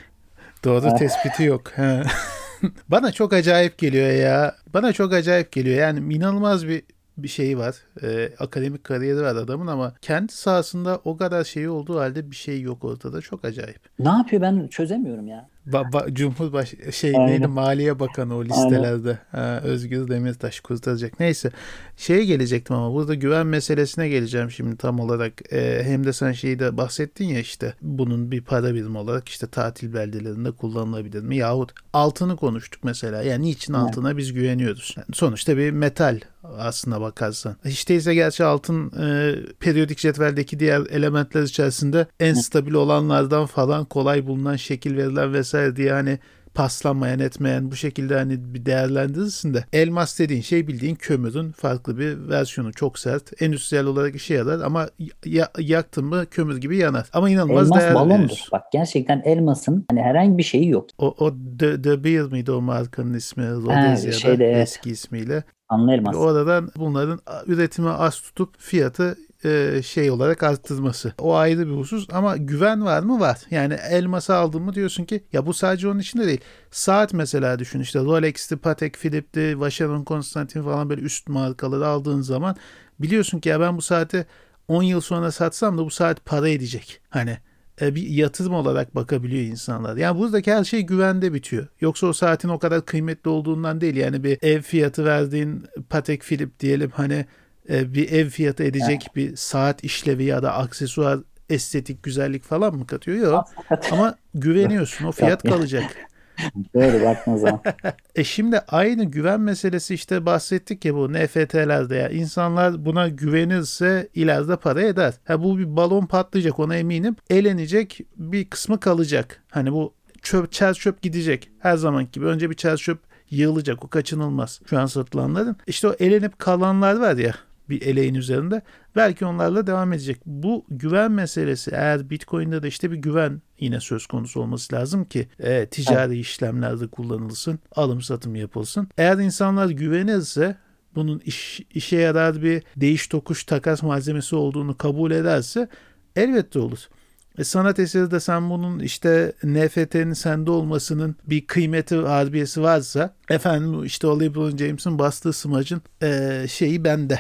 Doğru tespiti yok. Ha. Bana çok acayip geliyor ya. Bana çok acayip geliyor. Yani inanılmaz bir bir şeyi var. Ee, akademik kariyeri var adamın ama kendi sahasında o kadar şeyi olduğu halde bir şey yok ortada. Çok acayip. ne yapıyor ben çözemiyorum ya. Ba- ba- Cumhurbaş şey neydi, Aynen. Maliye Bakanı o Aynen. listelerde. Ha, Özgür Demirtaş kurtaracak. Neyse. Şeye gelecektim ama burada güven meselesine geleceğim şimdi tam olarak. Ee, hem de sen şeyi de bahsettin ya işte bunun bir para birimi olarak işte tatil beldelerinde kullanılabilir mi? Yahut altını konuştuk mesela. Yani niçin Aynen. altına biz güveniyoruz? Yani sonuçta bir metal aslına bakarsan. İşte ise gerçi altın e, periyodik cetveldeki diğer elementler içerisinde en stabil olanlardan falan, kolay bulunan, şekil verilen vesaire diye hani paslanmayan etmeyen bu şekilde hani bir değerlendirirsin de elmas dediğin şey bildiğin kömürün farklı bir versiyonu, çok sert, endüstriyel olarak işe yarar ama ya, yaktın mı kömür gibi yanar ama inanılmaz Elmas değer balondur. verir. Bak gerçekten elmasın hani herhangi bir şeyi yok. O, o De, De Beer miydi o markanın ismi, Ha, Rhodesia'da şeyde evet. eski ismiyle. Kanlı elmas. Oradan bunların üretimi az tutup fiyatı e, şey olarak arttırması. O ayrı bir husus ama güven var mı? Var. Yani elması aldın mı diyorsun ki ya bu sadece onun için de değil. Saat mesela düşün işte Rolex'ti, Patek Philippe'ti, Vacheron Constantin falan böyle üst markaları aldığın zaman biliyorsun ki ya ben bu saati on yıl sonra satsam da bu saat para edecek. Hani e, bir yatırım olarak bakabiliyor insanlar. Yani buradaki her şey güvende bitiyor. Yoksa o saatin o kadar kıymetli olduğundan değil. Yani bir ev fiyatı verdiğin Patek Philippe diyelim hani e, bir ev fiyatı edecek bir saat işlevi ya da aksesuar, estetik güzellik falan mı katıyor? Yok. Ama güveniyorsun o fiyat Yok ya. kalacak. Doğru baktığınız zaman. E şimdi aynı güven meselesi işte bahsettik ya bu N F T'lerde ya insanlar buna güvenirse ileride para eder. Ha bu bir balon patlayacak ona eminim. Elenecek bir kısmı kalacak. Hani bu çöp çer çöp gidecek. Her zaman gibi önce bir çer çöp yığılacak o kaçınılmaz. Şu an satılanların. İşte o elenip kalanlar var ya bir eleğin üzerinde. Belki onlarla devam edecek. Bu güven meselesi eğer Bitcoin'de de işte bir güven yine söz konusu olması lazım ki e, Evet. ticari işlemlerde kullanılsın, alım satım yapılsın. Eğer insanlar güvenirse bunun iş, işe yarar bir değiş tokuş takas malzemesi olduğunu kabul ederse elbette olur. E, sanat eseri de sen bunun işte N F T'nin sende olmasının bir kıymeti harbiyesi varsa efendim işte o LeBron James'in bastığı smacın e, şeyi bende.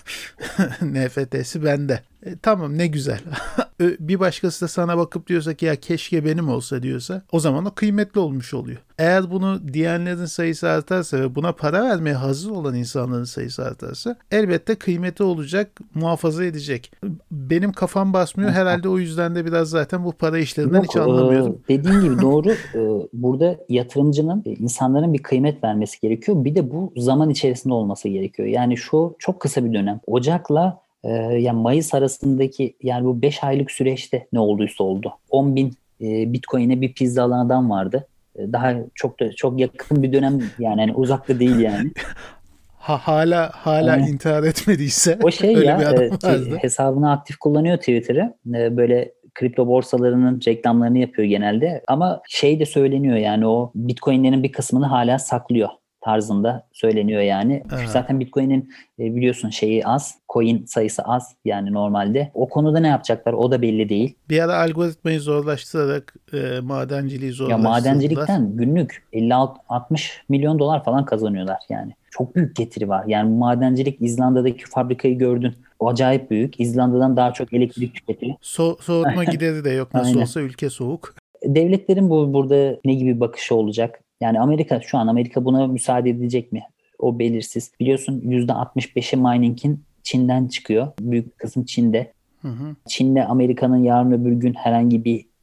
N F T'si bende. E, tamam ne güzel. Bir başkası da sana bakıp diyorsa ki ya keşke benim olsa diyorsa o zaman o kıymetli olmuş oluyor. Eğer bunu diyenlerin sayısı artarsa ve buna para vermeye hazır olan insanların sayısı artarsa elbette kıymeti olacak, muhafaza edecek. Benim kafam basmıyor herhalde o yüzden de biraz zaten bu para işlerinden Yok, hiç anlamıyorum. e, dediğin gibi doğru. E, burada yatırımcının, e, insanların bir kıymet vermesi gerekiyor. Bir de bu zaman içerisinde olması gerekiyor. Yani şu çok kısa bir dönem. Ocak'la e, yani Mayıs arasındaki yani bu beş aylık süreçte ne olduysa oldu. on bin e, Bitcoin'e bir pizza alan adam vardı. E, daha çok da çok yakın bir dönem yani, yani uzakta değil yani. Ha, hala hala Aynen. intihar etmediyse O şey öyle bir ya, adam e, t- vardı. hesabını aktif kullanıyor Twitter'ı. E, böyle kripto borsalarının reklamlarını yapıyor genelde. Ama şey de söyleniyor yani o Bitcoin'lerin bir kısmını hala saklıyor tarzında söyleniyor yani. Çünkü Ha. zaten Bitcoin'in e, biliyorsun şeyi az, coin sayısı az yani normalde. O konuda ne yapacaklar o da belli değil. Bir ara algoritmayı zorlaştırarak e, madenciliği Ya zorlaştırdılar. madencilikten günlük elli altmış milyon dolar falan kazanıyorlar yani. Çok büyük getiri var. Yani madencilik İzlanda'daki fabrikayı gördün. O acayip büyük. İzlanda'dan daha çok elektrik tüketiyor. So soğutma gideri de yok nasıl Aynen. olsa ülke soğuk. Devletlerin bu burada ne gibi bakışı olacak? Yani Amerika şu an Amerika buna müsaade edecek mi? O belirsiz. Biliyorsun yüzde altmış beşi mining'in Çin'den çıkıyor. Büyük bir kısım Çin'de. Hı hı. Çin'le Amerika'nın yarın öbür gün herhangi bir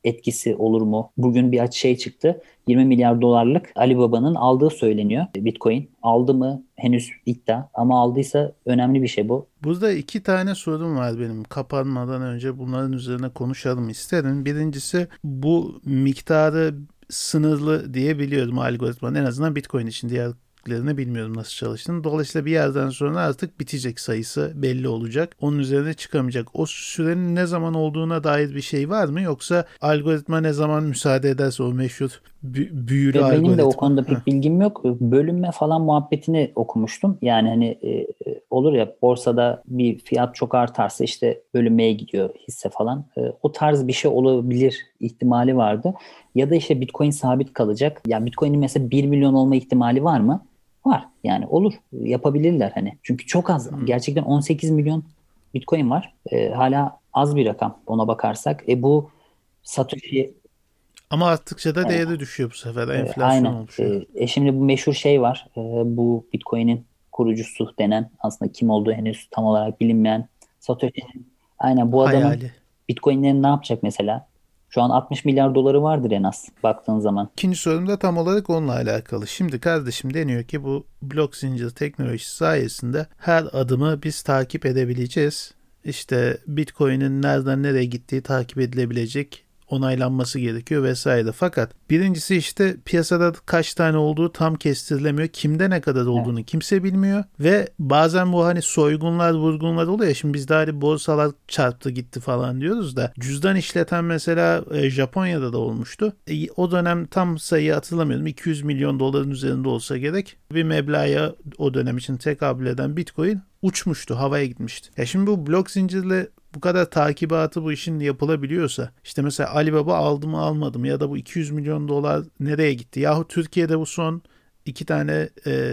etkisi olur mu? Bugün bir şey çıktı. yirmi milyar dolarlık Alibaba'nın aldığı söyleniyor. Bitcoin aldı mı? Henüz iddia. Ama aldıysa önemli bir şey bu. Burada iki tane sorum var benim. Kapanmadan önce bunların üzerine konuşalım isterim. Birincisi, bu miktarı sınırlı diye biliyorum algoritmanın. En azından Bitcoin için, diğerlerini bilmiyorum nasıl çalıştığını. Dolayısıyla bir yerden sonra artık bitecek, sayısı belli olacak. Onun üzerine çıkamayacak. O sürenin ne zaman olduğuna dair bir şey var mı? Yoksa algoritma ne zaman müsaade ederse, o meşhur bü- büyülü Ve benim de o algoritma. konuda Heh. pek bilgim yok. Bölünme falan muhabbetini okumuştum. Yani hani e, e, olur ya, borsada bir fiyat çok artarsa işte bölünmeye gidiyor hisse falan. E, o tarz bir şey olabilir ihtimali vardı. Ya da işte Bitcoin sabit kalacak. Ya Bitcoin'in mesela bir milyon olma ihtimali var mı? Var. Yani olur. Yapabilirler hani. Çünkü çok az. Hmm. Gerçekten on sekiz milyon Bitcoin var. E, hala az bir rakam ona bakarsak. E bu Satoshi. Ama arttıkça da e, değeri düşüyor bu sefer. E, Enflasyon aynen. oluşuyor. E, e şimdi bu meşhur şey var. E, bu Bitcoin'in kurucusu denen, aslında kim olduğu henüz tam olarak bilinmeyen Satoshi'nin, aynen bu adamın Hayali. Bitcoin'lerini ne yapacak mesela? Şu an altmış milyar doları vardır en az baktığın zaman. İkinci sorum da tam olarak onunla alakalı. Şimdi kardeşim, deniyor ki bu blok zincir teknolojisi sayesinde her adımı biz takip edebileceğiz. İşte Bitcoin'in nereden nereye gittiği takip edilebilecek, onaylanması gerekiyor vesaire. Fakat birincisi, işte piyasada kaç tane olduğu tam kestirilemiyor. Kimde ne kadar Evet. olduğunu kimse bilmiyor. Ve bazen bu hani soygunlar, vurgunlar oluyor ya. Şimdi biz de hani borsalar çarptı gitti falan diyoruz da, cüzdan işleten mesela e, Japonya'da da olmuştu. E, o dönem tam sayıyı hatırlamıyorum. iki yüz milyon doların üzerinde olsa gerek. Bir meblağa o dönem için tekabül eden Bitcoin uçmuştu, havaya gitmişti. Ya şimdi bu blok zincirle bu kadar takibatı bu işin yapılabiliyorsa, işte mesela Alibaba aldı mı almadı mı, ya da bu iki yüz milyon dolar nereye gitti? Yahu Türkiye'de bu son iki tane e,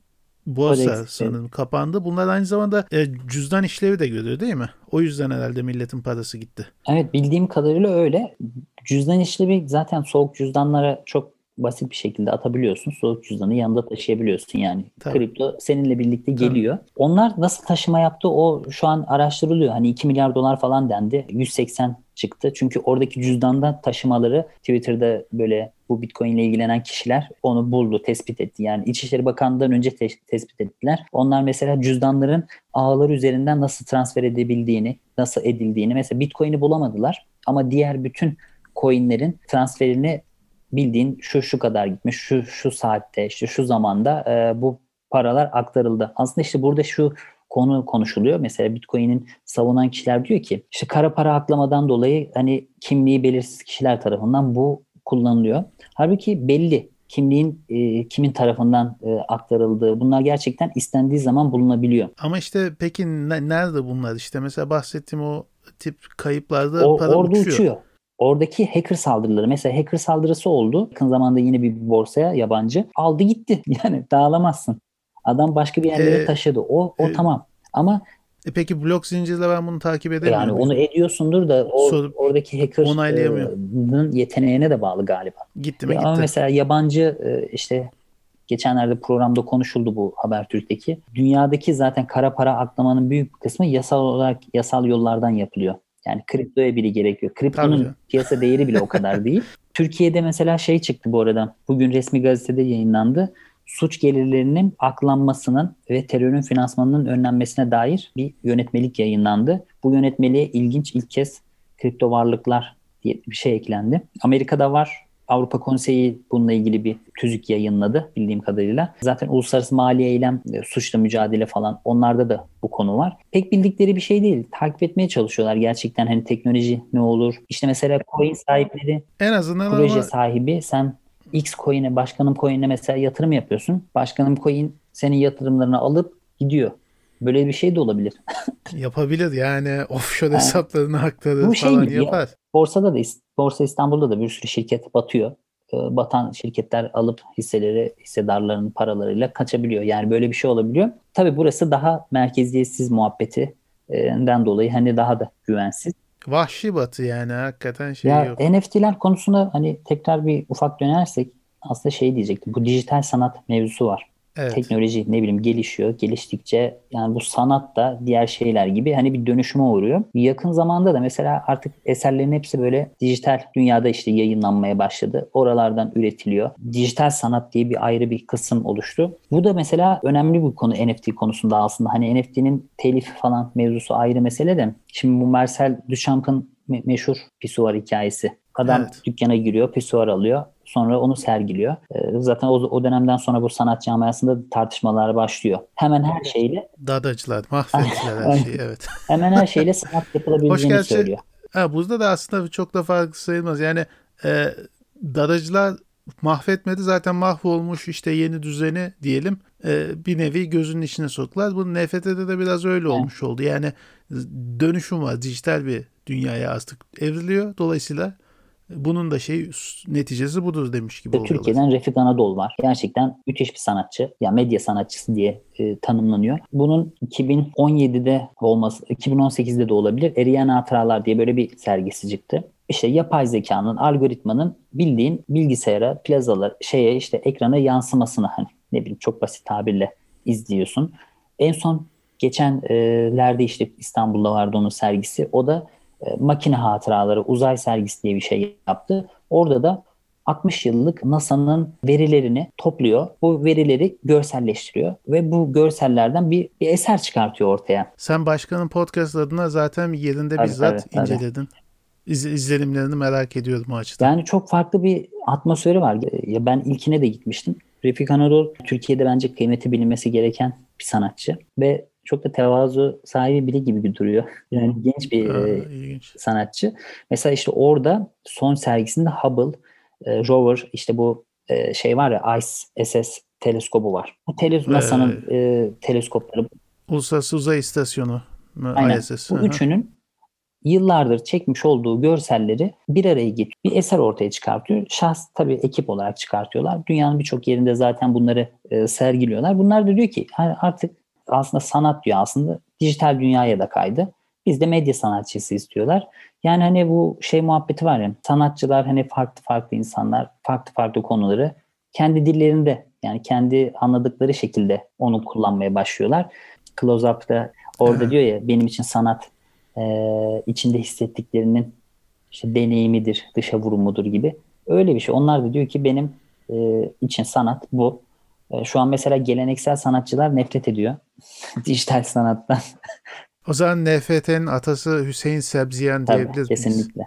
borsa Codex. sanırım kapandı. Bunlar aynı zamanda e, cüzdan işlevi de görüyor değil mi? O yüzden herhalde milletin parası gitti. Evet, bildiğim kadarıyla öyle. Cüzdan işlevi zaten soğuk cüzdanlara çok basit bir şekilde atabiliyorsun. Soğuk cüzdanı yanında taşıyabiliyorsun yani. Tabii, Kripto seninle birlikte tabii. geliyor. Onlar nasıl taşıma yaptı, o şu an araştırılıyor. Hani iki milyar dolar falan dendi. yüz seksen çıktı. Çünkü oradaki cüzdanda taşımaları, Twitter'da böyle bu Bitcoin ile ilgilenen kişiler onu buldu, tespit etti. Yani İçişleri Bakanlığı'ndan önce te- tespit ettiler. Onlar mesela cüzdanların ağlar üzerinden nasıl transfer edebildiğini, nasıl edildiğini, mesela Bitcoin'i bulamadılar ama diğer bütün coinlerin transferini bildiğin şu şu kadar gitmiş, şu şu saatte, işte şu zamanda e, bu paralar aktarıldı. Aslında işte burada şu konu konuşuluyor. Mesela Bitcoin'in savunan kişiler diyor ki işte kara para aklamadan dolayı hani kimliği belirsiz kişiler tarafından bu kullanılıyor. Halbuki belli kimliğin e, kimin tarafından e, aktarıldığı, bunlar gerçekten istendiği zaman bulunabiliyor. Ama işte peki ne- nerede bunlar? İşte mesela bahsettiğim o tip kayıplarda O, para orada uçuyor. uçuyor. Oradaki hacker saldırıları. Mesela hacker saldırısı oldu. Yakın zamanda yine bir borsaya yabancı. Aldı gitti. Yani dağılamazsın. Adam başka bir yerlere E, taşıdı. O, o e, tamam. Ama e peki blok zincirle ben bunu takip edemiyor yani onu muyum? ediyorsundur da o, Sorup oradaki onaylayamıyorum. hacker'ın yeteneğine de bağlı galiba. Gitti mi Ya ama gitti. mesela yabancı e, işte geçenlerde programda konuşuldu bu Habertürk'teki. Dünyadaki zaten kara para aklamanın büyük bir kısmı yasal olarak yasal yollardan yapılıyor. Yani kriptoya bile gerek yok. Tabii Kriptonun canım. piyasa değeri bile o kadar değil. Türkiye'de mesela şey çıktı bu arada. Bugün resmi gazetede yayınlandı. Suç gelirlerinin aklanmasının ve terörün finansmanının önlenmesine dair bir yönetmelik yayınlandı. Bu yönetmeliğe ilginç ilk kez kripto varlıklar diye bir şey eklendi. Amerika'da var. Avrupa Konseyi bununla ilgili bir tüzük yayınladı bildiğim kadarıyla. Zaten uluslararası mali eylem, e, suçla mücadele falan, onlarda da bu konu var. Pek bildikleri bir şey değil. Takip etmeye çalışıyorlar gerçekten, hani teknoloji ne olur. İşte mesela coin sahipleri, En azından proje ama sahibi, sen X coin'e, başkanım coin'e mesela yatırım yapıyorsun. Başkanım coin senin yatırımlarını alıp gidiyor. Böyle bir şey de olabilir. yapabilir yani, offshore Yani hesaplarını aktarır bu şey falan gibi ya, yapar. borsada da, Borsa İstanbul'da da bir sürü şirket batıyor. Ee, Batan şirketler alıp hisseleri, hissedarların paralarıyla kaçabiliyor. Yani böyle bir şey olabiliyor. Tabii burası daha merkeziyetsiz muhabbetinden dolayı hani daha da güvensiz. Vahşi batı yani, hakikaten şey Ya yok. N F T'ler konusunda hani tekrar bir ufak dönersek, aslında şey diyecektim. Bu dijital sanat mevzusu var. Evet. Teknoloji ne bileyim gelişiyor. Geliştikçe yani bu sanat da diğer şeyler gibi hani bir dönüşüme uğruyor. Yakın zamanda da mesela artık eserlerin hepsi böyle dijital dünyada işte yayınlanmaya başladı. Oralardan üretiliyor. Dijital sanat diye bir ayrı bir kısım oluştu. Bu da mesela önemli bir konu N F T konusunda aslında. Hani N F T'nin telifi falan mevzusu ayrı mesele de. Şimdi bu Marcel Duchamp'ın me- meşhur pisuvar hikayesi. Adam Evet. dükkana giriyor, pisuvar alıyor. Sonra onu sergiliyor. Ee, zaten o, o dönemden sonra bu sanat camiasında tartışmalar başlıyor. Hemen her şeyle Dadacılar mahvettiler her şeyi. Evet. hemen her şeyle sanat Hoş yapılabileceğini gerçi söylüyor. ha, burada da aslında çok da farklı sayılmaz. Yani e, daracılar mahvetmedi zaten mahvolmuş işte yeni düzeni diyelim e, bir nevi gözünün içine soktular. Bu N F T'de de biraz öyle Evet. olmuş oldu. Yani dönüşüm var. Dijital bir dünyaya artık evriliyor. Dolayısıyla bunun da şey neticesi budur demiş gibi oluyorlar. Türkiye'den Refik Anadol var. Gerçekten müthiş bir sanatçı. Ya medya sanatçısı diye e, tanımlanıyor. Bunun iki bin on yedide olması, iki bin on sekizde de olabilir. Eriyen Hatıralar diye böyle bir sergisi çıktı. İşte yapay zekanın, algoritmanın bildiğin bilgisayara, plazalar, şeye işte ekrana yansımasını hani ne bileyim çok basit tabirle izliyorsun. En son geçenlerde işte İstanbul'da vardı onun sergisi. O da e, makine hatıraları, uzay sergisi diye bir şey yaptı. Orada da altmış yıllık NASA'nın verilerini topluyor. Bu verileri görselleştiriyor ve bu görsellerden bir, bir eser çıkartıyor ortaya. Sen başkanın podcast adına zaten yerinde Tabii tabii bizzat tabii. inceledin. İz, izlenimlerini merak ediyorum o açıdan. Yani çok farklı bir atmosferi var. Ya ben ilkine de gitmiştim. Refik Anadol Türkiye'de bence kıymeti bilinmesi gereken bir sanatçı ve çok da tevazu sahibi biri gibi duruyor. Yani genç bir Aa, e, ilginç. sanatçı. Mesela işte orada son sergisinde Hubble e, Rover işte bu e, şey var ya ICE S S teleskobu var. Bu tele, Ee, NASA'nın e, teleskopları Uluslararası Uzay İstasyonu aynen. I S S. Hı Bu hı. üçünün yıllardır çekmiş olduğu görselleri bir araya getiriyor. Bir eser ortaya çıkartıyor. Şahs tabii ekip olarak çıkartıyorlar. Dünyanın birçok yerinde zaten bunları e, sergiliyorlar. Bunlar da diyor ki artık aslında sanat diyor aslında dijital dünyaya da kaydı. Biz de medya sanatçısı istiyorlar. Yani hani bu şey muhabbeti var ya sanatçılar hani farklı farklı insanlar farklı farklı konuları kendi dillerinde yani kendi anladıkları şekilde onu kullanmaya başlıyorlar. Close Up'ta orada Evet. diyor ya benim için sanat e, içinde hissettiklerinin işte deneyimidir, dışa vurumudur gibi. Öyle bir şey. Onlar da diyor ki benim e, için sanat bu. E, şu an mesela geleneksel sanatçılar nefret ediyor dijital sanattan. O zaman N F T'nin atası Hüseyin Sebziyen Tabii diyebilir miyiz? kesinlikle.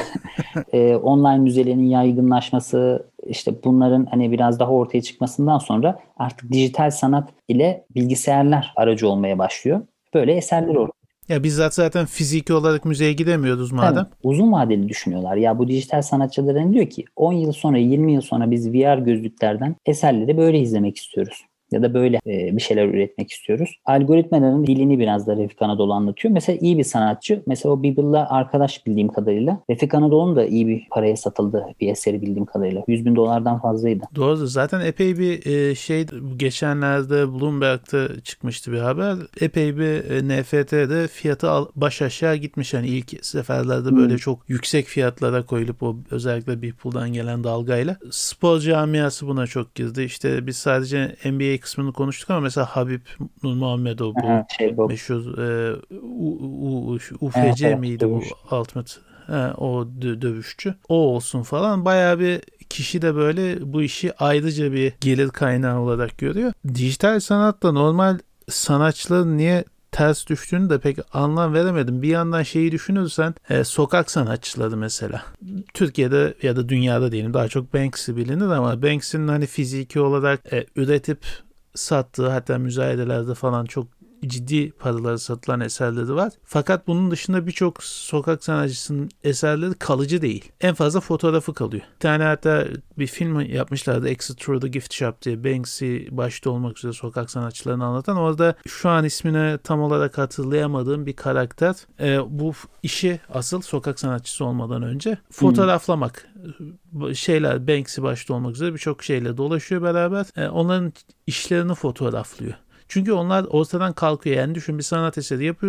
E, online müzelerin yaygınlaşması işte bunların hani biraz daha ortaya çıkmasından sonra artık dijital sanat ile bilgisayarlar aracı olmaya başlıyor. Böyle eserler ortaya. Ya bizzat zaten fiziki olarak müzeye gidemiyoruz Tabii madem. uzun vadeli düşünüyorlar. Ya bu dijital sanatçıların diyor ki on yıl sonra yirmi yıl sonra biz V R gözlüklerden eserleri böyle izlemek istiyoruz. Ya da böyle e, bir şeyler üretmek istiyoruz. Algoritmaların dilini biraz da Refik Anadolu anlatıyor. Mesela iyi bir sanatçı. Mesela o Beeble'la arkadaş bildiğim kadarıyla. Refik Anadolu'nun da iyi bir paraya satıldı bir eseri bildiğim kadarıyla. yüz bin dolardan fazlaydı. Doğru. Zaten epey bir e, şey geçenlerde Bloomberg'te çıkmıştı bir haber. Epey bir e, N F T'de fiyatı al, baş aşağı gitmiş. Hani ilk seferlerde böyle Hmm. çok yüksek fiyatlara koyulup o özellikle Beeple'dan gelen dalgayla. Spor camiası buna çok girdi. İşte biz sadece N B A kısmını konuştuk ama mesela Habib Nurmagomedov bu Aha, şey bu. meşhur e, U- U- U- Evet UFC evet miydi bu dövüş. Ultimate? He, o dö- dövüşçü. O olsun falan. Bayağı bir kişi de böyle bu işi ayrıca bir gelir kaynağı olarak görüyor. Dijital sanatta normal sanatçıların niye ters düştüğünü de pek anlam veremedim. Bir yandan şeyi düşünürsen e, sokak sanatçıları mesela. Türkiye'de ya da dünyada diyelim daha çok Banksy bilinir ama Banksy'nin hani fiziki olarak e, üretip sattığı hatta müzayedelerde falan çok ciddi paraları satılan eserleri var. Fakat bunun dışında birçok sokak sanatçısının eserleri kalıcı değil. En fazla fotoğrafı kalıyor. Bir tane hatta bir film yapmışlardı Exit Through the Gift Shop diye Banksy başta olmak üzere sokak sanatçılarını anlatan. Orada şu an ismini tam olarak hatırlayamadığım bir karakter e, bu işi asıl sokak sanatçısı olmadan önce Hmm. fotoğraflamak şeyler Banksy başta olmak üzere birçok şeyle dolaşıyor beraber. E, onların işlerini fotoğraflıyor. Çünkü onlar ortadan kalkıyor. Yani düşün bir sanat eseri yapıyorsun.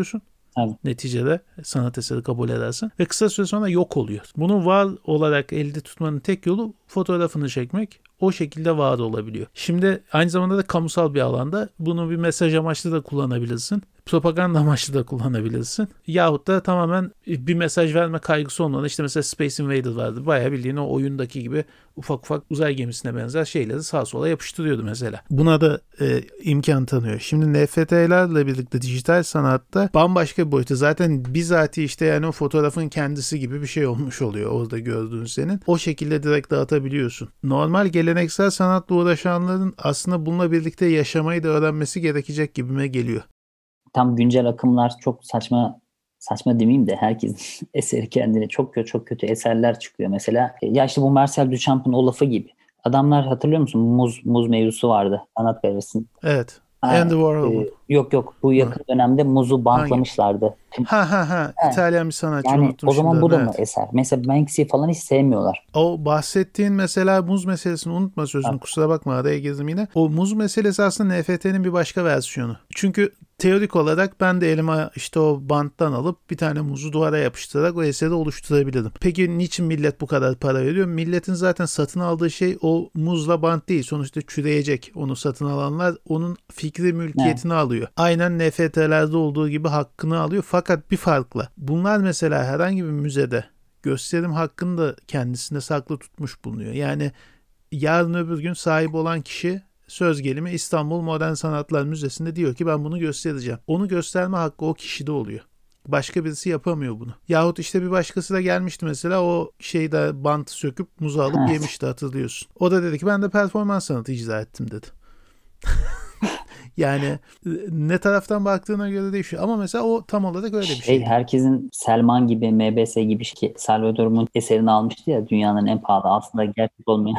Tabii. Neticede sanat eseri kabul edersin. Ve kısa süre sonra yok oluyor. Bunu var olarak elde tutmanın tek yolu fotoğrafını çekmek. O şekilde var olabiliyor. Şimdi aynı zamanda da kamusal bir alanda bunu bir mesaj amaçlı da kullanabilirsin. Propaganda amaçlı da kullanabilirsin. Yahut da tamamen bir mesaj verme kaygısı olmadan, işte mesela Space Invader vardı. Bayağı bildiğin o oyundaki gibi ufak ufak uzay gemisine benzer şeyleri sağa sola yapıştırıyordu mesela. Buna da e, imkan tanıyor. Şimdi N F T'lerle birlikte dijital sanatta bambaşka bir boyutu. Zaten bizatihi işte yani o fotoğrafın kendisi gibi bir şey olmuş oluyor orada gördüğün senin. O şekilde direkt dağıtabiliyorsun. Normal geleneksel sanatla uğraşanların aslında bununla birlikte yaşamayı da öğrenmesi gerekecek gibime geliyor. Tam güncel akımlar çok saçma saçma demeyeyim de herkesin eseri kendine çok kötü çok kötü eserler çıkıyor. Mesela ya işte bu Marcel Duchamp'ın o lafı gibi. Adamlar hatırlıyor musun? Muz muz mevzusu vardı sanat galerisinde. Evet. Ha, Andy Warhol. e, yok yok bu yakın dönemde muzu bantlamışlardı. Ha ha ha. He. İtalyan bir sanatçı, Yani unuttum o zaman şimdi. bu da Evet. mı eser? Mesela Banksy'yi falan hiç sevmiyorlar. O bahsettiğin mesela muz meselesini unutma, sözünü Evet. kusura bakma araya girdim yine. O muz meselesi aslında N F T'nin bir başka versiyonu. Çünkü teorik olarak ben de elime işte o banttan alıp bir tane muzu duvara yapıştırarak o eseri oluşturabilirim. Peki niçin millet bu kadar para veriyor? Milletin zaten satın aldığı şey o muzla bant değil. Sonuçta çürüyecek. Onu satın alanlar onun fikri mülkiyetini evet. alıyor. Aynen N F T'lerde olduğu gibi hakkını alıyor. Fakat bir farkla. Bunlar mesela herhangi bir müzede gösterim hakkını da kendisinde saklı tutmuş bulunuyor. Yani yarın öbür gün sahip olan kişi söz gelimi İstanbul Modern Sanatlar Müzesi'nde diyor ki ben bunu göstereceğim. Onu gösterme hakkı o kişide oluyor. Başka birisi yapamıyor bunu. Yahut işte bir başkası da gelmişti mesela, o şeyde bantı söküp muzu alıp Evet. yemişti, hatırlıyorsun. O da dedi ki ben de performans sanatı icra ettim dedi. Yani ne taraftan baktığına göre değişiyor. Ama mesela o tam olarak öyle bir şey. Şey, herkesin Selman gibi, M B S gibi ki Salvador Mundi eserini almıştı ya, dünyanın en pahalı, aslında gerçek olmayan.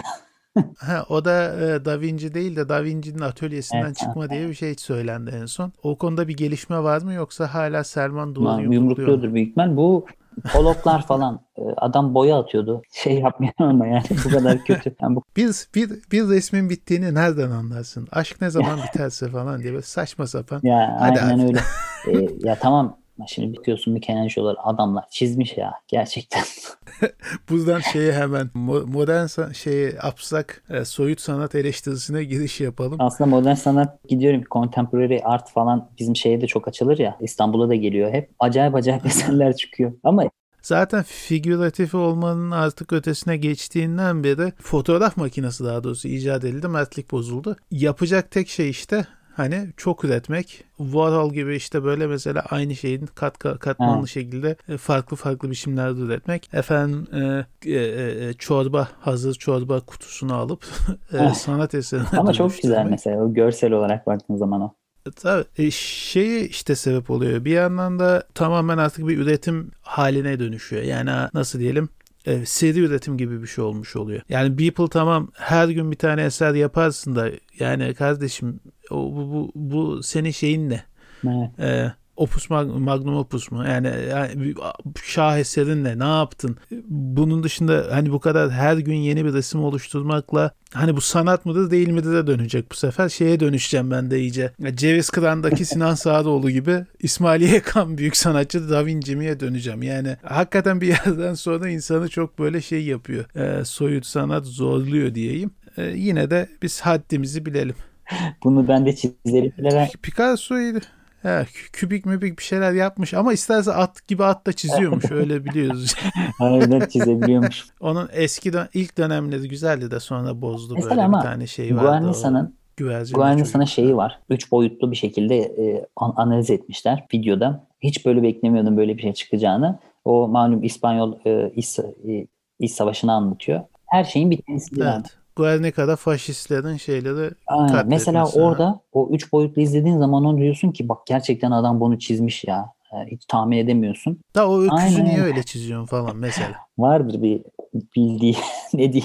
Ha, o da e, Da Vinci değil de Da Vinci'nin atölyesinden Evet, çıkma evet. diye bir şey söylendi en son. O konuda bir gelişme var mı, yoksa hala Selman duvarı Ama yumrukluyor mu? yumrukluyordur büyük ihtimal. Bu Pollock'lar falan e, adam boya atıyordu. Şey yapmıyor ama yani bu kadar kötü. Yani bu Bir, bir, bir resmin bittiğini nereden anlarsın? Aşk ne zaman biterse falan diye böyle saçma sapan. ya Hadi aynen abi. öyle. E, ya tamam, şimdi bakıyorsun Michelangelo adamlar çizmiş ya gerçekten. Buradan şeye hemen mo- modern san- şeye abstrak e, soyut sanat eleştirisine giriş yapalım. Aslında modern sanat, gidiyorum contemporary art falan bizim şeye de çok açılır ya, İstanbul'a da geliyor hep. Acayip acayip eserler çıkıyor. Ama Zaten figüratif olmanın artık ötesine geçtiğinden beri fotoğraf makinesi daha doğrusu icat edildi, mertlik bozuldu. Yapacak tek şey işte hani çok üretmek. Warhol gibi işte böyle mesela aynı şeyin kat katmanlı evet. şekilde farklı farklı biçimlerde üretmek. Efendim e, e, e, çorba, hazır çorba kutusunu alıp e, sanat eserine Ama çok güzel dönüştürmek. mesela o görsel olarak baktığın zaman o. Tabii e, şeyi işte sebep oluyor. Bir yandan da tamamen artık bir üretim haline dönüşüyor. Yani nasıl diyelim, e, seri üretim gibi bir şey olmuş oluyor. Yani Beeple tamam her gün bir tane eser yaparsın da yani kardeşim o, bu, bu, bu senin şeyin ne? Evet. E, Opus Magnum Opus mu? Yani, yani şaheserin ne? Ne yaptın? Bunun dışında hani bu kadar her gün yeni bir resim oluşturmakla hani bu sanat mıdır değil midir de dönecek bu sefer. Şeye dönüşeceğim ben de iyice. Ceviz Kıran'daki Sinan Sağlıoğlu gibi İsmail Yekan büyük sanatçı Da Vinci'ye döneceğim. Yani hakikaten bir yerden sonra insanı çok böyle şey yapıyor. E, soyut sanat zorluyor diyeyim. E, yine de biz haddimizi bilelim. Bunu ben de çizerim. Picasso'ydu. Ha, kübik mübik bir şeyler yapmış ama isterse at gibi at da çiziyormuş, öyle biliyoruz. Harbiden çizebiliyormuş. Onun eski dön- ilk dönemleri güzeldi de sonra bozdu, Mesela böyle bir ama tane şey vardı, o Guarnisa'nın güvercinli Guarnisa'nın çocuk. şeyi var. Üç boyutlu bir şekilde e, an- analiz etmişler videoda. Hiç böyle beklemiyordum böyle bir şey çıkacağını. O malum İspanyol e, İç, e, İç Savaşı'nı anlatıyor. Her şeyin bir temsili yani. Evet. Guernica'da faşistlerin şeyleri Aynen. Mesela katletmesi. Ha. orada o üç boyutlu izlediğin zaman onu diyorsun ki bak gerçekten adam bunu çizmiş ya. E, hiç tahmin edemiyorsun. Da o öküzü Aynen niye öyle. öyle çiziyorsun falan mesela. Vardır bir bildiği ne diyelim.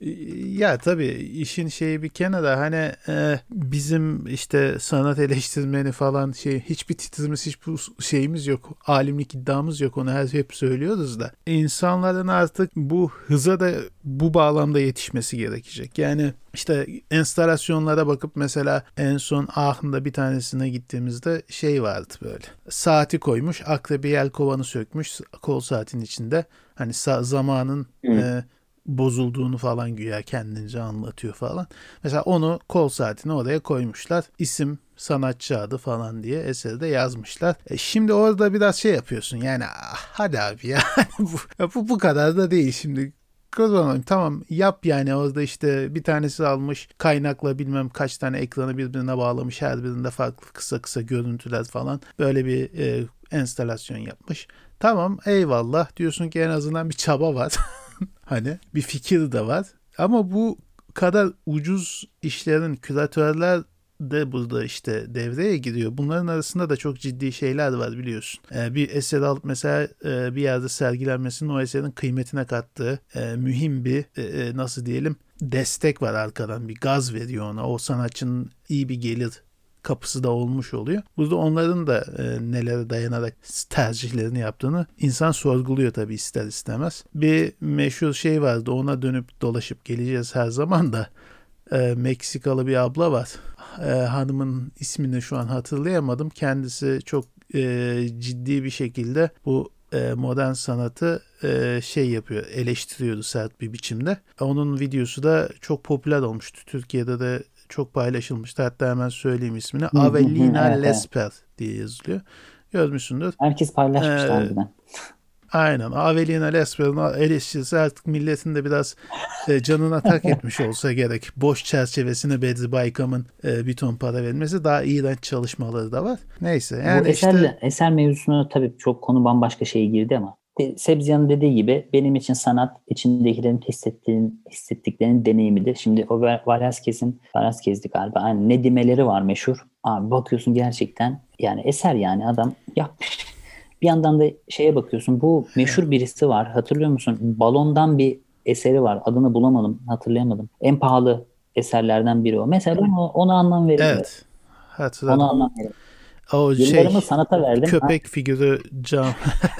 Ya tabii işin şeyi bir kenara, hani e, bizim işte sanat eleştirmeni falan şey, hiçbir titrimiz, hiçbir şeyimiz yok. Alimlik iddiamız yok. Onu her hep söylüyoruz da. İnsanların artık bu hıza da bu bağlamda yetişmesi gerekecek. Yani işte enstalasyonlara bakıp mesela en son Aachen'da bir tanesine gittiğimizde şey vardı böyle. Saati koymuş, akrebi yelkovanı sökmüş kol saatin içinde. Hani zamanın Hı. e, bozulduğunu falan güya kendince anlatıyor falan. Mesela onu, kol saatini oraya koymuşlar. İsim, sanatçı adı falan diye eserde yazmışlar. E şimdi orada biraz şey yapıyorsun yani, ah, hadi abi ya bu, bu bu kadar da değil şimdi. Kazanalım, tamam yap yani, orada işte bir tanesi almış kaynakla bilmem kaç tane ekranı birbirine bağlamış, her birinde farklı kısa kısa görüntüler falan, böyle bir e, enstalasyon yapmış. Tamam eyvallah diyorsun ki en azından bir çaba var. Hani bir fikir de var. Ama bu kadar ucuz işlerin küratörler de burada işte devreye giriyor. Bunların arasında da çok ciddi şeyler var biliyorsun. Ee, bir eser alıp mesela e, bir yerde sergilenmesinin o eserin kıymetine kattığı e, mühim bir e, e, nasıl diyelim destek var arkadan. Bir gaz veriyor ona. O sanatçının iyi bir gelir kapısı da olmuş oluyor. Burada onların da e, nelere dayanarak tercihlerini yaptığını insan sorguluyor tabii ister istemez. Bir meşhur şey vardı, ona dönüp dolaşıp geleceğiz her zaman da. E, Meksikalı bir abla var. E, hanımın ismini şu an hatırlayamadım. Kendisi çok e, ciddi bir şekilde bu e, modern sanatı e, şey yapıyor, eleştiriyordu sert bir biçimde. Onun videosu da çok popüler olmuştu. Türkiye'de de çok paylaşılmıştı. Hatta hemen söyleyeyim ismini. Hı hı hı, Avelina evet evet. Lesper diye yazılıyor. Görmüşsündür. Herkes paylaşmıştı Ee, harbiden. aynen. Avelina Lesper'in eleştirisi artık milletin de biraz e, canına tak etmiş olsa gerek. Boş çerçevesine Bedri Baykam'ın e, bir ton para vermesi, daha iğrenç çalışmaları da var. Neyse Bu yani işte eserle eser mevzusuna tabii çok konu bambaşka şeye girdi ama de- Sebziyan'ın dediği gibi benim için sanat içindekilerin hissettiğin, hissettiklerinin deneyimidir. Şimdi o Ver- Velázquez'in Velázquez'di galiba. Yani nedimeleri var meşhur. Abi bakıyorsun gerçekten yani eser, yani adam yapmış. Bir yandan da şeye bakıyorsun, bu meşhur birisi var. Hatırlıyor musun? Balondan bir eseri var. Adını bulamadım, hatırlayamadım. En pahalı eserlerden biri o. Mesela ben ona, ona anlam veremiyorum. evet, Ona hatırladım. anlam veremiyorum. O Yıllarımı şey, sanata verdim. Ha, köpek figürü cam.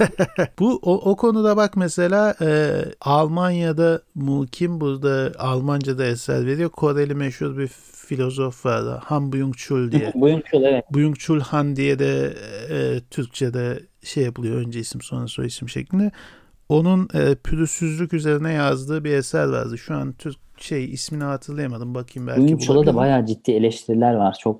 Bu o, o konuda bak mesela e, Almanya'da mu kim burada Almanca'da eser veriyor. Koreli meşhur bir filozof var. Han Byung-Chul diye. Buyumçul, evet. Byung-Chul Han diye de e, Türkçe'de şey yapılıyor. Önce isim sonra soy isim şeklinde. Onun e, pürüzsüzlük üzerine yazdığı bir eser vardı. Şu an Türk şey ismini hatırlayamadım. Bakayım belki Buyumçul'a da bulabilirim. bayağı ciddi eleştiriler var. Çok.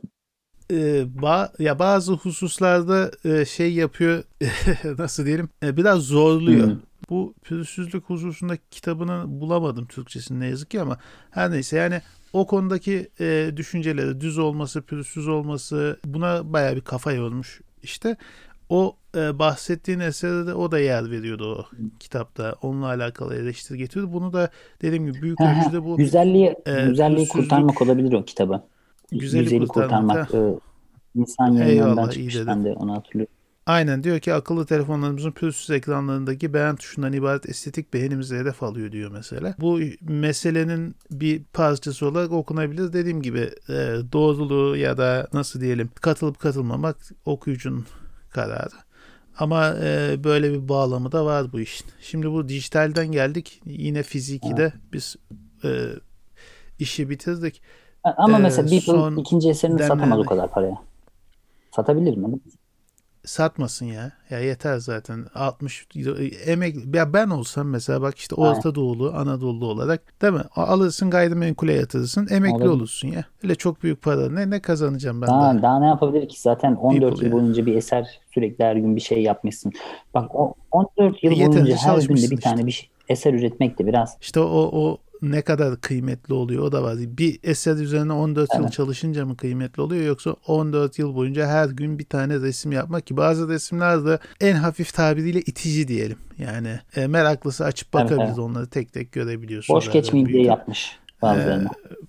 e, ba- ya bazı hususlarda e, şey yapıyor, nasıl diyelim, e, biraz zorluyor. Hmm. Bu pürüzsüzlük hususunda kitabını bulamadım Türkçesini ne yazık ki, ama her neyse yani o konudaki e, düşünceleri, düz olması, pürüzsüz olması, buna bayağı bir kafa yormuş işte. O e, bahsettiğin eserde de o da yer veriyordu o kitapta. Onunla alakalı eleştiri getiriyordu. Bunu da dediğim gibi büyük ölçüde bu Güzelliği, e, güzelliği kurtarmak pürüzsüzlük, olabilir o kitabı. güzeli Güzeli kurtarmak. kurtarmak. Ha. E, insan yayınlarından Eyvallah, iyi çıkmış, dedin. ben de onu hatırlıyorum. Aynen, diyor ki akıllı telefonlarımızın pürüzsüz ekranlarındaki beğen tuşundan ibaret estetik beğenimizi hedef alıyor diyor mesela. Bu meselenin bir parçası olarak okunabilir. Dediğim gibi e, doğruluğu ya da nasıl diyelim katılıp katılmamak okuyucunun kararı. Ama e, böyle bir bağlamı da var bu işin. Şimdi bu dijitalden geldik. Yine fiziki Evet. de biz e, işi bitirdik. Ama E, mesela Beatle son ikinci eserini satamaz o demlerde kadar paraya. Satabilir mi? satmasın ya. Ya yeter zaten. altmış emek, ya ben olsam mesela bak işte Aynen. Orta Doğulu, Anadolu olarak değil mi? Alırsın gayrimenkule yatırırsın, emekli Olabilir. olursun ya. Öyle çok büyük para. Ne ne kazanacağım ben daha? Daha, daha ne yapabilir ki? Zaten on dört People yıl ya. boyunca bir eser, sürekli her gün bir şey yapmışsın. Bak, o on dört E, yıl boyunca yeterince her günde çalışmışsın bir işte. tane bir şey, eser üretmek de biraz. İşte o o ne kadar kıymetli oluyor o da var. Bir eser üzerine on dört yıl Evet. çalışınca mı kıymetli oluyor, yoksa on dört yıl boyunca her gün bir tane resim yapmak, ki bazı resimler de en hafif tabiriyle itici diyelim. Yani e, meraklısı açıp Evet, bakabilir, evet. onları tek tek görebiliyorsun Boş zaten geçmeyeyim diye büyüdü. yapmış E, bazılarını.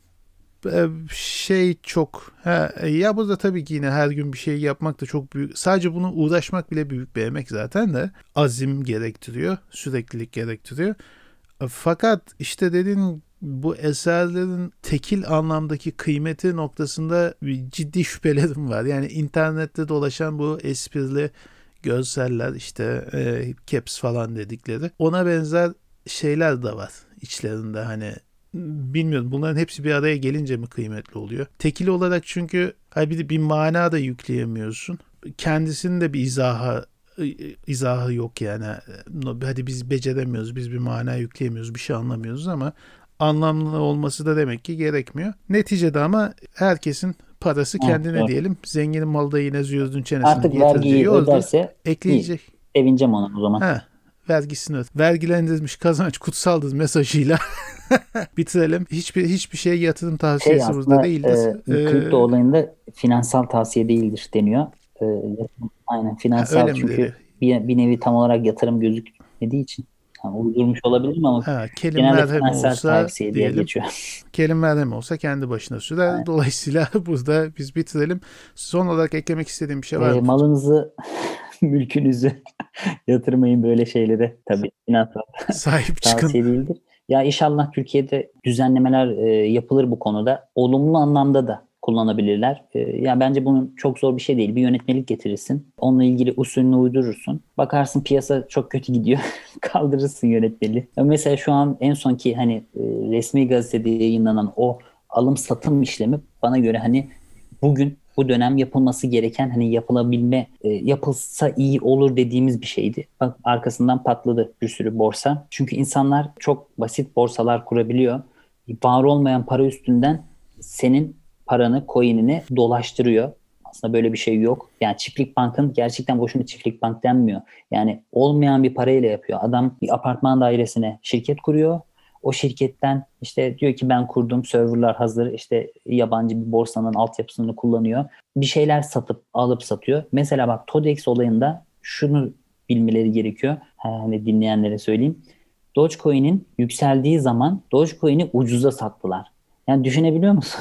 e, şey çok ha, ya burada tabii ki yine her gün bir şey yapmak da çok büyük, sadece bunu uğraşmak bile büyük bir emek zaten, de azim gerektiriyor, süreklilik gerektiriyor. Fakat işte dediğin bu eserlerin tekil anlamdaki kıymeti noktasında bir ciddi şüphelerim var. Yani internette dolaşan bu esprili görseller, işte e, caps falan dedikleri, ona benzer şeyler de var içlerinde. Hani bilmiyorum, bunların hepsi bir araya gelince mi kıymetli oluyor? Tekil olarak çünkü bir, bir mana da yükleyemiyorsun. Kendisinin de bir izahı izahı yok yani. Hadi biz beceremiyoruz, biz bir mana yükleyemiyoruz, bir şey anlamıyoruz ama anlamlı olması da demek ki gerekmiyor. Neticede ama herkesin parası kendine, evet, diyelim. Zenginin malı da yine züğürdün çenesini artık vergiyi öderse ekleyecek. İyi. Sevineceğim ona o zaman. Ha, vergisini öt. Vergilendirilmiş kazanç kutsaldır mesajıyla bitirelim. Hiçbir hiçbir şey yatırım tavsiyesi şey burada değildir. E, ee, kripto olayında finansal tavsiye değildir deniyor. E, aynen finansal, ha, çünkü bir, bir nevi tam olarak yatırım gözükmediği için. Yani uydurmuş olabilirim ama ha, genelde finansal olsa, tavsiye diye geçiyor. Kelim merhem olsa kendi başına sürer. Aynen. Dolayısıyla burada biz bitirelim. Son olarak eklemek istediğim bir şey var e, mı? Malınızı, mülkünüzü yatırmayın böyle şeylere. Tabii finansal sahip çıkın. Tavsiye değildir. Ya inşallah Türkiye'de düzenlemeler e, yapılır bu konuda. Olumlu anlamda da kullanabilirler. E, ya bence bunun çok zor bir şey değil. Bir yönetmelik getirirsin. Onunla ilgili usulünü uydurursun. Bakarsın piyasa çok kötü gidiyor. Kaldırırsın yönetmeliği. Ya mesela şu an en sonki hani e, resmi gazetede yayınlanan o alım satım işlemi bana göre hani bugün bu dönem yapılması gereken, hani yapılabilme, e, yapılsa iyi olur dediğimiz bir şeydi. Bak arkasından patladı bir sürü borsa. Çünkü insanlar çok basit borsalar kurabiliyor. Var olmayan para üstünden senin paranı, coin'ini dolaştırıyor. Aslında böyle bir şey yok. Yani Çiftlik Bank'ın, gerçekten boşuna Çiftlik Bank denmiyor. Yani olmayan bir parayla yapıyor. Adam bir apartman dairesine şirket kuruyor. O şirketten işte diyor ki ben kurdum, serverlar hazır, işte yabancı bir borsanın altyapısını kullanıyor. Bir şeyler satıp alıp satıyor. Mesela bak Todex olayında şunu bilmeleri gerekiyor. Hani dinleyenlere söyleyeyim. Dogecoin'in yükseldiği zaman Dogecoin'i ucuza sattılar. Yani düşünebiliyor musun?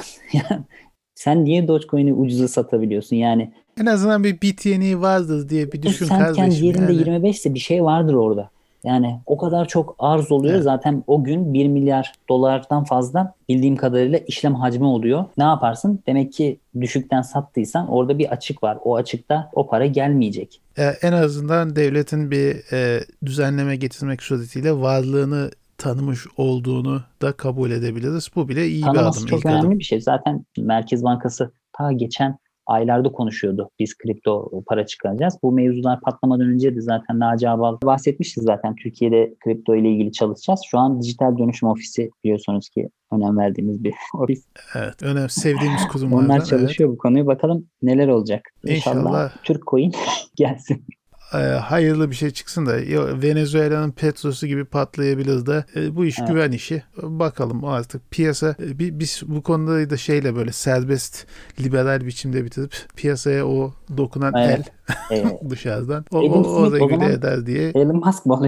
Sen niye Dogecoin'i ucuza satabiliyorsun? Yani en azından bir bit yeniği vardır diye bir düşün kardeşim. Sentken yerinde yani. yirmi beş ise bir şey vardır orada. Yani o kadar çok arz oluyor. Evet. Zaten o gün bir milyar dolardan fazla bildiğim kadarıyla işlem hacmi oluyor. Ne yaparsın? Demek ki düşükten sattıysan orada bir açık var. O açıkta o para gelmeyecek. Ee, en azından devletin bir e, düzenleme getirmek suretiyle varlığını tanımış olduğunu da kabul edebiliriz. Bu bile iyi Tanıması bir adım. çok önemli adım. Bir şey. Zaten Merkez Bankası ta geçen aylarda konuşuyordu. Biz kripto para çıkaracağız. Bu mevzular patlamadan önce de zaten Naci Abal bahsetmişti zaten. Türkiye'de kripto ile ilgili çalışacağız. Şu an Dijital Dönüşüm Ofisi biliyorsunuz ki önem verdiğimiz bir ofis. Evet, önemli, sevdiğimiz kurumlardan. Onlar çalışıyor, evet, bu konuyu. Bakalım neler olacak. İnşallah, İnşallah. Türk coin gelsin. Hayırlı bir şey çıksın da Venezuela'nın petrosu gibi patlayabilir de e, bu iş, evet, güven işi. Bakalım artık piyasa, e, biz bu konuda da şeyle böyle serbest liberal biçimde bitirip piyasaya o dokunan, evet, el evet. dışarıdan o, o, o regüle eder diye. Elon Musk mı oluyor?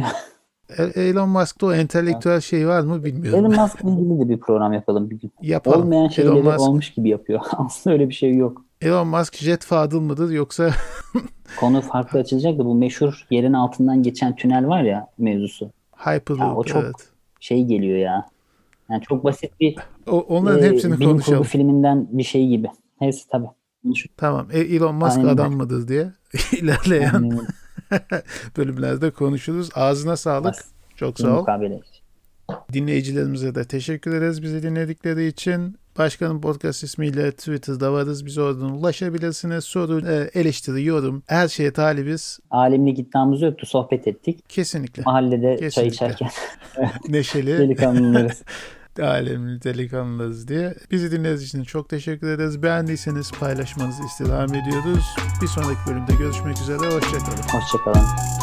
Elon Musk'ta o entelektüel, evet, şey var mı bilmiyorum. Elon Musk'la ilgili de bir program yapalım bir gün. Yapalım. Olmayan şeyleri Musk olmuş gibi yapıyor. Aslında öyle bir şey yok. Elon Musk jet fadıl mıdır yoksa? Konu farklı açılacak da bu meşhur yerin altından geçen tünel var ya mevzusu. Hyperloop, o çok, evet, şey geliyor ya. Yani çok basit bir o, onların e, hepsini bilim konuşalım. kurgu filminden bir şey gibi. Neyse tabii. Tamam. E, Elon Musk Aynen. adam mıdır diye ilerleyen bölümlerde konuşuruz. Ağzına sağlık. Bas. Çok sağ ol. Mukabele. Dinleyicilerimize de teşekkür ederiz bizi dinledikleri için. Başkanın podcast ismiyle Twitter'da varız. Bize oradan ulaşabilirsiniz. Soru, eleştiri, yorum, her şeye talibiz. Alemlik iddiamız yoktu. Sohbet ettik. Kesinlikle. Mahallede Kesinlikle. Çay içerken. Neşeli. Delikanlılarız. Alemli delikanlılarız diye. Bizi dinlediğiniz için çok teşekkür ederiz. Beğendiyseniz paylaşmanızı istirham ediyoruz. Bir sonraki bölümde görüşmek üzere. Hoşçakalın. Hoşçakalın.